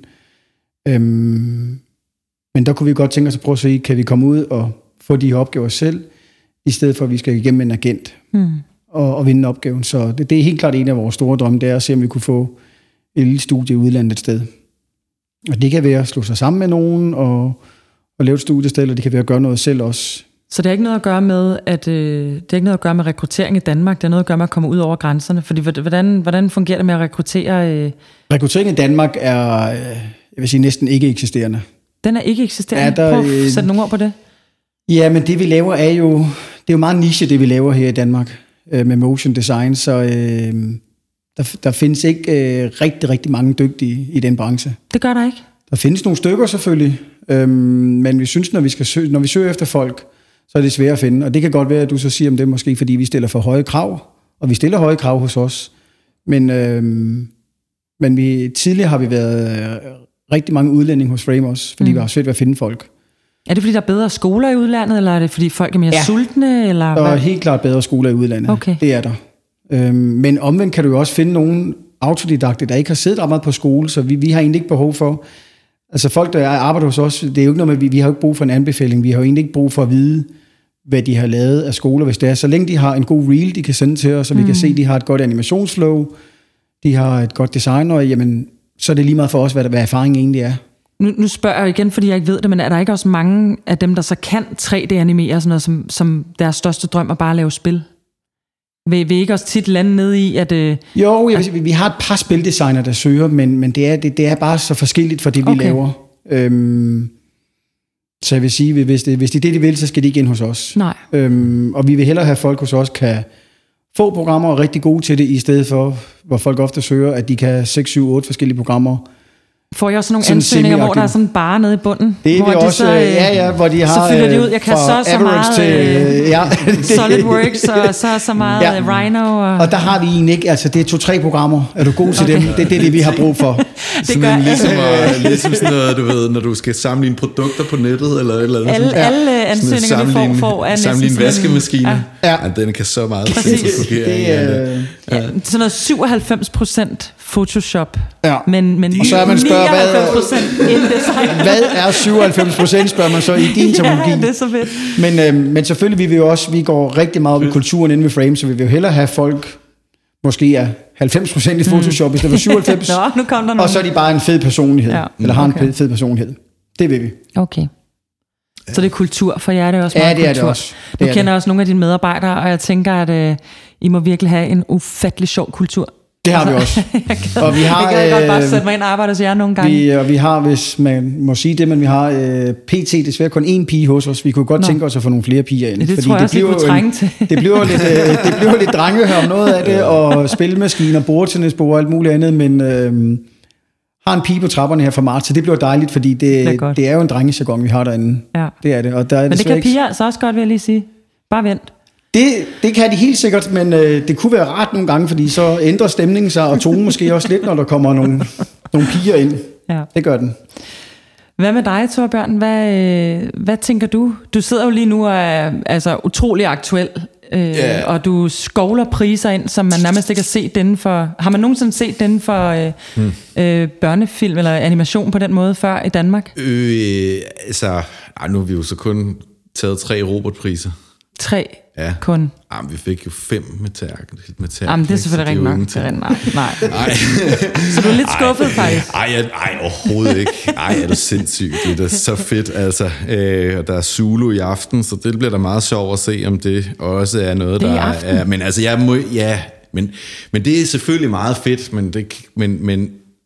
B: Øhm, men der kunne vi godt tænke os at prøve at se, kan vi komme ud og få de her opgaver selv, i stedet for at vi skal igennem en agent mm. og, og vinde opgaven. Så det, det er helt klart en af vores store drømme, det er at se, om vi kunne få et lille studie i udlandet et sted. Og det kan være at slå sig sammen med nogen og, og lave et studiested, eller det kan være at gøre noget selv også.
A: Så det er ikke noget at gøre med at øh, det er ikke noget at gøre med rekruttering i Danmark, det er noget at gøre med at komme ud over grænserne, fordi hvordan hvordan fungerer det med at rekruttere? Øh...
B: Rekruttering i Danmark er, jeg vil sige, næsten ikke eksisterende.
A: Den er ikke eksisterende.
B: Ja, der,
A: Prøv at sætte nogle ord på det.
B: Ja, men det vi laver er jo det er jo meget niche, det vi laver her i Danmark øh, med motion design, så øh, der, der findes ikke øh, rigtig rigtig mange dygtige i den branche.
A: Det gør der ikke.
B: Der findes nogle stykker selvfølgelig, øh, men vi synes, når vi skal søge, når vi søger efter folk, så er det svært at finde. Og det kan godt være, at du så siger om det måske, fordi vi stiller for høje krav, og vi stiller høje krav hos os. Men, øh, men vi, tidligere har vi været øh, rigtig mange udlændinge hos Frame også, fordi mm. vi har svært ved at finde folk.
A: Er det fordi, der er bedre skoler i udlandet, eller er det fordi folk er mere ja. sultne? Eller
B: der
A: hvad?
B: er helt klart bedre skoler i udlandet.
A: Okay.
B: Det er der. Øh, men omvendt kan du jo også finde nogle autodidakte, der ikke har siddet ret meget på skole, så vi, vi har egentlig ikke behov for... Altså folk, der arbejder hos os, det er jo ikke noget med, vi, vi har jo ikke brug for en anbefaling, vi har jo egentlig ikke brug for at vide, hvad de har lavet af skoler, hvis det er. Så længe de har en god reel, de kan sende til os, så vi mm. kan se, at de har et godt animationsflow, de har et godt design, og jamen, så er det lige meget for os, hvad, hvad erfaringen egentlig er.
A: Nu, nu spørger jeg igen, fordi jeg ikke ved det, men er der ikke også mange af dem, der så kan tre D-animere, sådan noget, som, som deres største drøm er bare at lave spil? Vil vi ikke også tit lande ned i, at... Øh,
B: jo, jeg vil sige, vi har et par spildesigner, der søger, men, men det, er, det, det er bare så forskelligt for det, vi okay. laver. Øhm, så jeg vil sige, hvis det, hvis det er det, de vil, så skal de ikke ind hos os.
A: Nej.
B: Øhm, og vi vil hellere have folk hos os, kan få programmer og rigtig gode til det, i stedet for, hvor folk ofte søger, at de kan have seks, syv, otte forskellige programmer.
A: Får jeg også nogle sådan ansøgninger, hvor der er sådan bare nede i bunden?
B: Det er
A: hvor
B: vi
A: de
B: også,
A: så, øh,
B: ja, ja, hvor de har...
A: Så fylder de ud, jeg kan så så meget
B: til, øh, ja.
A: SolidWorks, og så så meget ja. Rhino. Og,
B: og der har vi egentlig ikke, altså det er to-tre programmer. Er du god til okay. dem? Det er det, det, vi har brug for.
C: Det gør ligesom, at, ligesom sådan noget, du ved, når du skal sammenligne produkter på nettet, eller et eller andet.
A: Alle,
C: sådan,
A: alle ja. ansøgninger, vi får, får er
C: sammenligne vaskemaskine.
A: Ja.
C: Ja, den kan så meget til at fungere. Det er,
A: ja. Ja, sådan noget syvoghalvfems procent Photoshop.
B: Ja.
A: Men, men
B: og så er man spørger, hvad,
A: InDesign.
B: Hvad er syvoghalvfems procent, spørger man så i din terminologi.
A: Ja, det er så fedt.
B: Men, øh, men selvfølgelig, vi vil jo også, vi går rigtig meget op i kulturen inde ved Frame, så vi vil jo hellere have folk, måske er halvfems procent i Photoshop, mm. i stedet for syvoghalvfems,
A: Nå, nu kom der nogen.
B: Og så er de bare en fed personlighed, ja. eller har okay. en fed personlighed. Det vil vi.
A: Okay. Så det er kultur, for jer er det også
B: meget
A: ja, det
B: kultur.
A: Er det
B: også. Det
A: du
B: er
A: kender
B: det.
A: også nogle af dine medarbejdere, og jeg tænker, at øh, I må virkelig have en ufattelig sjov kultur.
B: Det har vi også.
A: jeg kan,
B: og vi har,
A: jeg kan godt bare sætte mig ind og arbejde hos jer nogle gange.
B: Vi, og vi har, hvis man må sige det, men vi har øh, P T desværre kun én pige hos os. Vi kunne godt Nå. tænke os at få nogle flere piger ind.
A: Ja, det
B: fordi
A: tror jeg
B: det
A: også, bliver kunne trænge til.
B: det bliver lidt, øh, det bliver lidt drengehør om noget af det, og spilmaskiner, bordtennisbord og alt muligt andet, men øh, har en pige på trapperne her fra marts, så det bliver dejligt, fordi det, det, er, det er jo en drengejargon, vi har derinde.
A: Ja.
B: Det er det. Og der er
A: men det kan piger altså også godt, vil jeg lige sige. Bare vent.
B: Det, det kan de helt sikkert, men øh, det kunne være rart nogle gange, fordi så ændrer stemningen sig, og tonen måske også lidt, når der kommer nogle, nogle piger ind. Ja. Det gør den.
A: Hvad med dig, Torbjørn? Hvad, øh, hvad tænker du? Du sidder jo lige nu og er altså, utrolig aktuel øh, yeah. og du skovler priser ind, som man nærmest ikke har set den for. Har man nogensinde set den for øh, hmm. øh, børnefilm eller animation på den måde før i Danmark?
C: Øh, altså, ej, nu har vi jo så kun taget tre Robert-priser.
A: Tre
C: ja.
A: kun?
C: Jamen, vi fik jo fem med tærk. Med tærk
A: Jamen, det er selvfølgelig rigtig nok. Det er, nej, nej.
C: nej.
A: Så du er lidt skuffet, ej, faktisk?
C: Ej, ej, ej, overhovedet ikke. Ej, er det sindssygt. Det er da så fedt, altså. Øh, og der er Zulu i aften, så det bliver da meget sjovt at se, om det også er noget,
A: det er
C: der er... Men altså, jeg må... Ja, men, men det er selvfølgelig meget fedt, men, det, men, men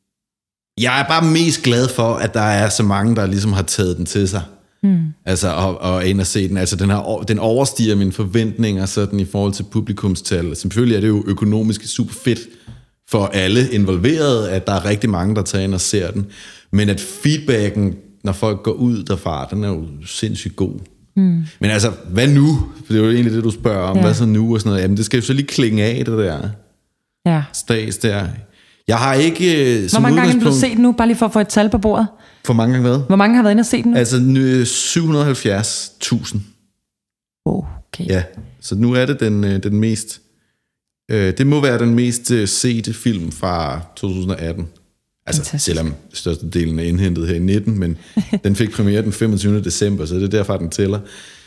C: jeg er bare mest glad for, at der er så mange, der ligesom har taget den til sig. Hmm. Altså, og, og ind og se den. Altså, den, her, den overstiger mine forventninger sådan i forhold til publikumstal. Selvfølgelig er det jo økonomisk super fedt for alle involverede, at der er rigtig mange, der tager ind og ser den. Men at feedbacken, når folk går ud derfra, den er jo sindssygt god. Hmm. Men altså, hvad nu? For det er jo egentlig det, du spørger om. Ja. Hvad så nu? Og sådan noget. Jamen, det skal jo så lige klinge af, det der.
A: Ja.
C: Stads der. Jeg har ikke...
A: Hvor mange gange har du set den nu? Bare lige for at få et tal på bordet.
C: For mange gange hvad?
A: Hvor mange har været inde og set den nu?
C: Altså syv hundrede og halvfjerds tusind.
A: Okay.
C: Ja, så nu er det den, den mest... Øh, det må være den mest sete film fra to tusind og atten. Altså, fantastisk. Selvom størstedelen er indhentet her i nitten, men den fik premiere den femogtyvende december, så det er derfor, den tæller.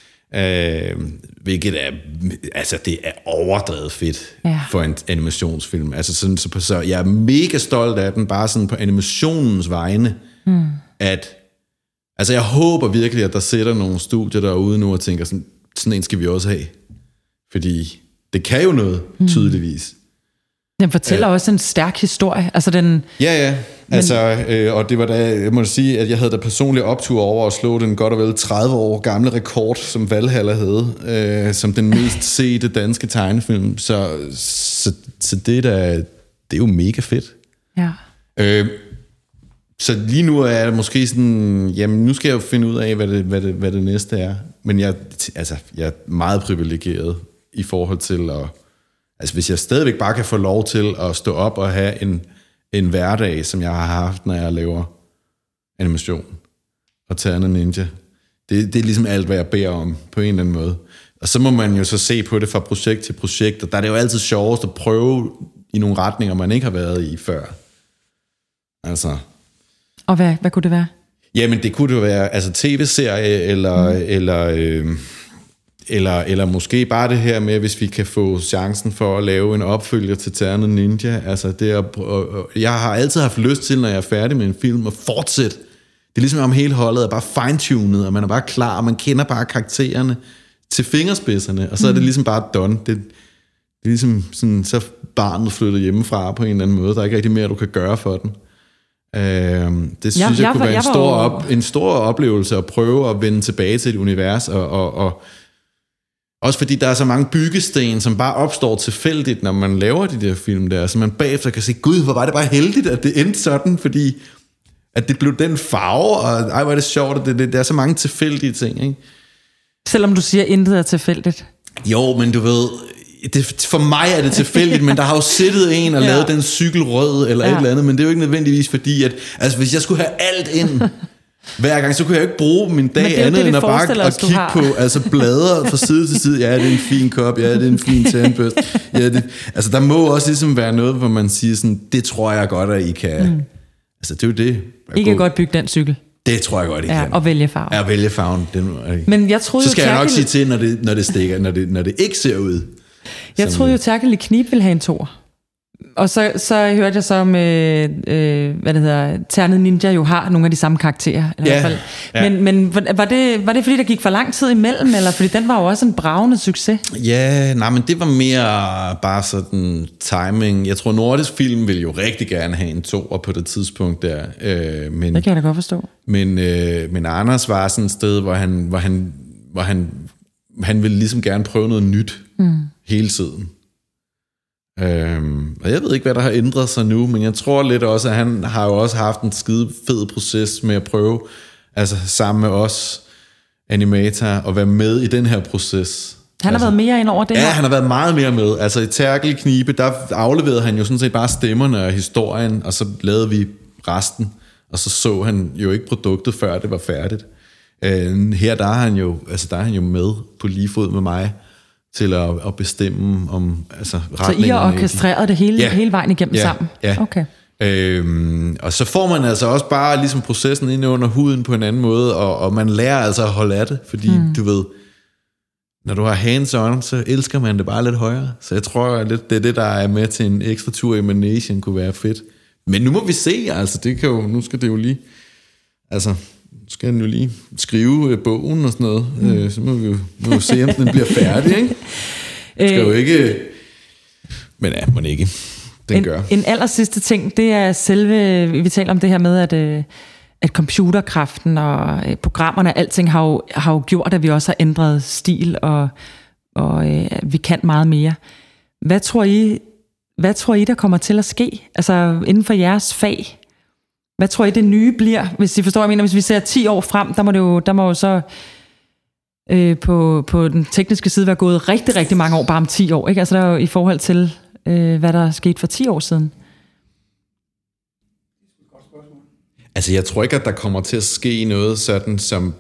C: Øh, hvilket er... Altså, det er overdrevet fedt ja. For en animationsfilm. Altså, sådan, så, så jeg er mega stolt af den, bare sådan på animationens vegne. Hmm. At, altså jeg håber virkelig, at der sætter nogle studier derude nu og tænker, sådan, sådan en skal vi også have. Fordi det kan jo noget, hmm. tydeligvis.
A: Den fortæller uh, også en stærk historie. Altså den,
C: ja, ja. Altså, øh, og det var da, jeg må sige, at jeg havde da personlig optur over at slå den godt og vel tredive år gamle rekord, som Valhalla havde, øh, som den mest sete danske tegnefilm. Så, så, så det, der, det er jo mega fedt.
A: Ja.
C: Øh, Så lige nu er jeg måske sådan, jamen nu skal jeg jo finde ud af, hvad det, hvad det, hvad det næste er. Men jeg, altså, jeg er meget privilegeret i forhold til at... Altså hvis jeg stadigvæk bare kan få lov til at stå op og have en, en hverdag, som jeg har haft, når jeg laver animation og Ternet Ninja. Det, det er ligesom alt, hvad jeg beder om på en eller anden måde. Og så må man jo så se på det fra projekt til projekt, og der er det jo altid sjovest at prøve i nogle retninger, man ikke har været i før. Altså...
A: Og hvad, hvad kunne det være?
C: Jamen, det kunne jo være altså tv-serie, eller, mm. eller, øh, eller, eller måske bare det her med, hvis vi kan få chancen for at lave en opfølger til Ternet Ninja. Altså, det er, jeg har altid haft lyst til, når jeg er færdig med en film, at fortsætte. Det er ligesom om hele holdet er bare fine-tunet, og man er bare klar, og man kender bare karaktererne til fingerspidserne, og så mm. er det ligesom bare done. Det, det er ligesom sådan, så barnet flyttet hjemmefra på en eller anden måde. Der er ikke rigtig mere, du kan gøre for den. Uh, det synes jeg, jeg kunne jeg, være en stor, op, en stor oplevelse at prøve at vende tilbage til et univers, og, og, og også fordi der er så mange byggesten, som bare opstår tilfældigt, når man laver de der film der, så man bagefter kan se, gud, hvor var det bare heldigt, at det endte sådan, fordi at det blev den farve, og ej, hvor er det sjovt, at det, det, der er så mange tilfældige ting, ikke?
A: Selvom du siger, at intet er tilfældigt.
C: Jo, men du ved... Det, for mig er det tilfældigt, men der har jo siddet en og lavet ja. Den cykel rød eller ja. Et eller andet, men det er jo ikke nødvendigvis fordi, at altså, hvis jeg skulle have alt ind hver gang, så kunne jeg jo ikke bruge min dag andet det, end at bare at kigge på altså blader fra side til side. Ja, det er en fin kop, ja, det er en fin tandbørste. Ja, det, altså der må også ligesom være noget, hvor man siger sådan, det tror jeg godt, at I kan. Mm. Altså det er jo det.
A: I kan godt bygge den cykel.
C: Det tror jeg godt, I
A: ja,
C: kan.
A: Og vælge farve.
C: Ja, vælge farven. Den,
A: men jeg troede
C: så skal
A: jo,
C: jeg nok
A: Terkel...
C: sige til, når det, når det stikker, når det, når det ikke ser ud.
A: Jeg troede jo, Terkel i Knib ville have en toer. Og så, så hørte jeg så med, øh, hvad det hedder, Ternet Ninja jo har nogle af de samme karakterer. I
C: ja,
A: hvert fald.
C: Ja.
A: Men, men var, det, var det fordi, der gik for lang tid imellem, eller fordi den var jo også en bragende succes?
C: Ja, nej, men det var mere bare sådan timing. Jeg tror, Nordisk Film ville jo rigtig gerne have en toer på det tidspunkt der. Øh, men,
A: det kan jeg da godt forstå.
C: Men, øh, men Anders var sådan et sted, hvor han, hvor han, hvor han, han ville ligesom gerne prøve noget nyt mm. hele tiden. Øhm, og jeg ved ikke, hvad der har ændret sig nu, men jeg tror lidt også, at han har jo også haft en skide fed proces med at prøve, altså sammen med os animatorer, at være med i den her proces.
A: Han har
C: altså,
A: været mere ind over det
C: ja,
A: her?
C: Ja, han har været meget mere med. Altså i Terkel Knibe, der afleverede han jo sådan set bare stemmerne og historien, og så lavede vi resten, og så så han jo ikke produktet, før det var færdigt. Øh, her der er han jo, altså der er han jo med på lige fod med mig, til at, at bestemme om altså,
A: så I har orkestreret det hele, ja. hele vejen igennem
C: ja.
A: sammen?
C: Ja.
A: Okay.
C: Øhm, og så får man altså også bare ligesom processen ind under huden på en anden måde, og, og man lærer altså at holde af det, fordi mm. du ved, når du har hands on, så elsker man det bare lidt højere. Så jeg tror, at det er det, der er med til en ekstra tur i Managen, kunne være fedt. Men nu må vi se, altså det kan jo, nu skal det jo lige, altså nu skal den jo lige skrive bogen og sådan noget, mm. øh, så må vi jo må vi se, om den bliver færdig, ikke? Det skal jo ikke, men ja, må ikke. Den
A: en,
C: gør.
A: En aller sidste ting, det er selve, vi taler om det her med, at, at computerkraften og programmerne, alting har jo, har jo gjort, at vi også har ændret stil, og, og øh, vi kan meget mere. Hvad tror I, hvad tror I, der kommer til at ske? Altså inden for jeres fag? Hvad tror I, det nye bliver? Hvis I forstår, jeg mener, hvis vi ser ti år frem, der må det jo, der må jo så øh, på, på den tekniske side være gået rigtig, rigtig mange år, bare om ti år, ikke? Altså der er jo i forhold til Øh, hvad der er sket for ti år siden.
C: Altså jeg tror ikke, at der kommer til at ske noget sådan som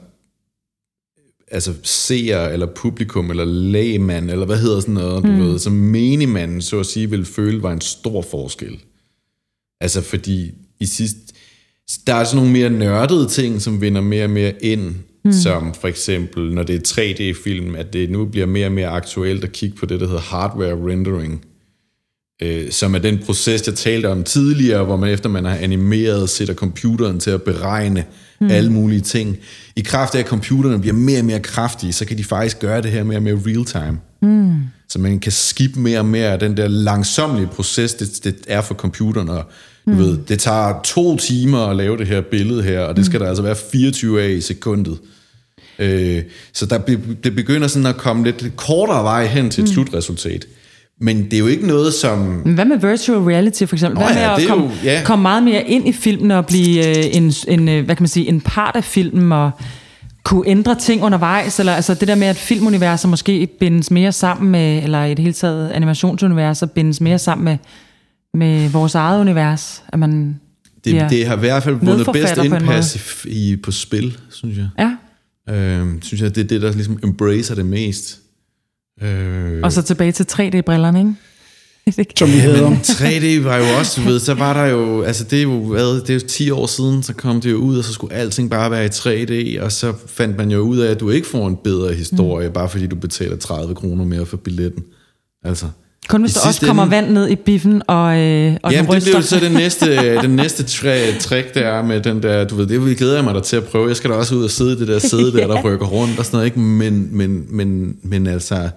C: altså seer eller publikum eller lægmand eller hvad hedder sådan noget, mm. du ved, som menigmanden så at sige vil føle var en stor forskel. Altså fordi i sidst der er sådan nogle mere nørdede ting, som vinder mere og mere ind, mm. som for eksempel når det er tre D-film, at det nu bliver mere og mere aktuelt at kigge på det, der hedder hardware rendering. Øh, som er den proces, jeg talte om tidligere, hvor man efter man har animeret, sætter computeren til at beregne mm. alle mulige ting. I kraft af, at computerne bliver mere og mere kraftige, så kan de faktisk gøre det her mere og mere real time. Mm. Så man kan skippe mere og mere af den der langsomlige proces, det, det er for computeren. Og, du mm. ved, det tager to timer at lave det her billede her, og det skal mm. der altså være fireogtyve af i sekundet. Øh, så der, det begynder sådan at komme lidt kortere vej hen til et mm. slutresultat. Men det er jo ikke noget som...
A: Men hvad med virtual reality for eksempel? Hvad
C: oh, ja,
A: med at komme,
C: jo, ja.
A: komme meget mere ind i filmen og blive øh, en, en, hvad kan man sige, en part af filmen og kunne ændre ting undervejs? Eller altså det der med, at filmuniverser måske bindes mere sammen med, eller i det hele taget animationsuniverser bindes mere sammen med, med vores eget univers? At man
C: det, det har i hvert fald vundet bedst indpas i, i, på spil, synes jeg.
A: Ja.
C: Øhm, synes jeg, det er det, der ligesom embracer det mest.
A: Øh... Og så tilbage til tre D-brillerne, ikke?
B: Som vi hedder.
C: tre D var jo også, du ved, så var der jo, altså det er jo, hvad, det er jo ti år siden, så kom det jo ud, og så skulle alting bare være i tre D, og så fandt man jo ud af, at du ikke får en bedre historie, mm. bare fordi du betaler tredive kroner mere for billetten. Altså.
A: Kun hvis der også kommer ende... vand ned i biffen og, øh, og
C: jamen, det bliver jo så det næste, den næste træ, trick, der er med den der, du ved, det glæder jeg mig der til at prøve. Jeg skal da også ud og sidde i det der sæde der, der rykker rundt og sådan noget, ikke? Men, men, men, men altså,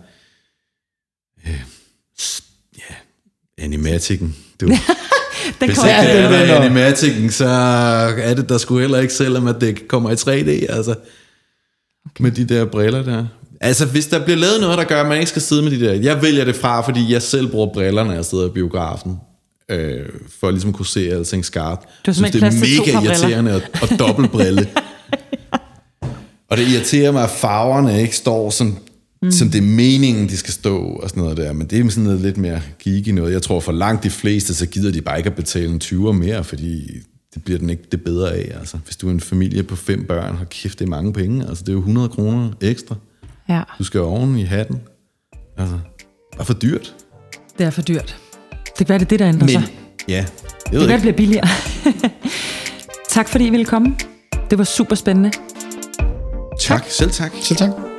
C: øh, ja, animatikken, du.
A: Den
C: hvis ikke er der animatikken, så er det der sgu heller ikke, selvom at det kommer i tre D, altså, okay. Med de der briller der. Altså, hvis der bliver lavet noget, der gør, at man ikke skal sidde med de der... Jeg vælger det fra, fordi jeg selv bruger briller, når jeg sidder i biografen. Øh, for at ligesom kunne se alting skarpt.
A: Du synes, det er mega
C: irriterende at, at dobbeltbrille. Og det irriterer mig, at farverne ikke står sådan, mm. som det er meningen, de skal stå og sådan noget der. Men det er sådan noget lidt mere geeky noget. Jeg tror, for langt de fleste, så gider de bare ikke at betale en tyver mere, fordi det bliver den ikke det bedre af. Altså, hvis du er en familie på fem børn, har kæft, det er mange penge. Altså, det er jo hundrede kroner ekstra.
A: Ja.
C: Du skal oven i hatten. Altså, det er for dyrt.
A: Det er for dyrt. Det kan være, det er det, der ændrer
C: Men,
A: sig.
C: Ja,
A: det kan være, det bliver billigere. Tak fordi I ville komme. Det var super spændende.
C: Tak. Selv tak.
B: Selv tak.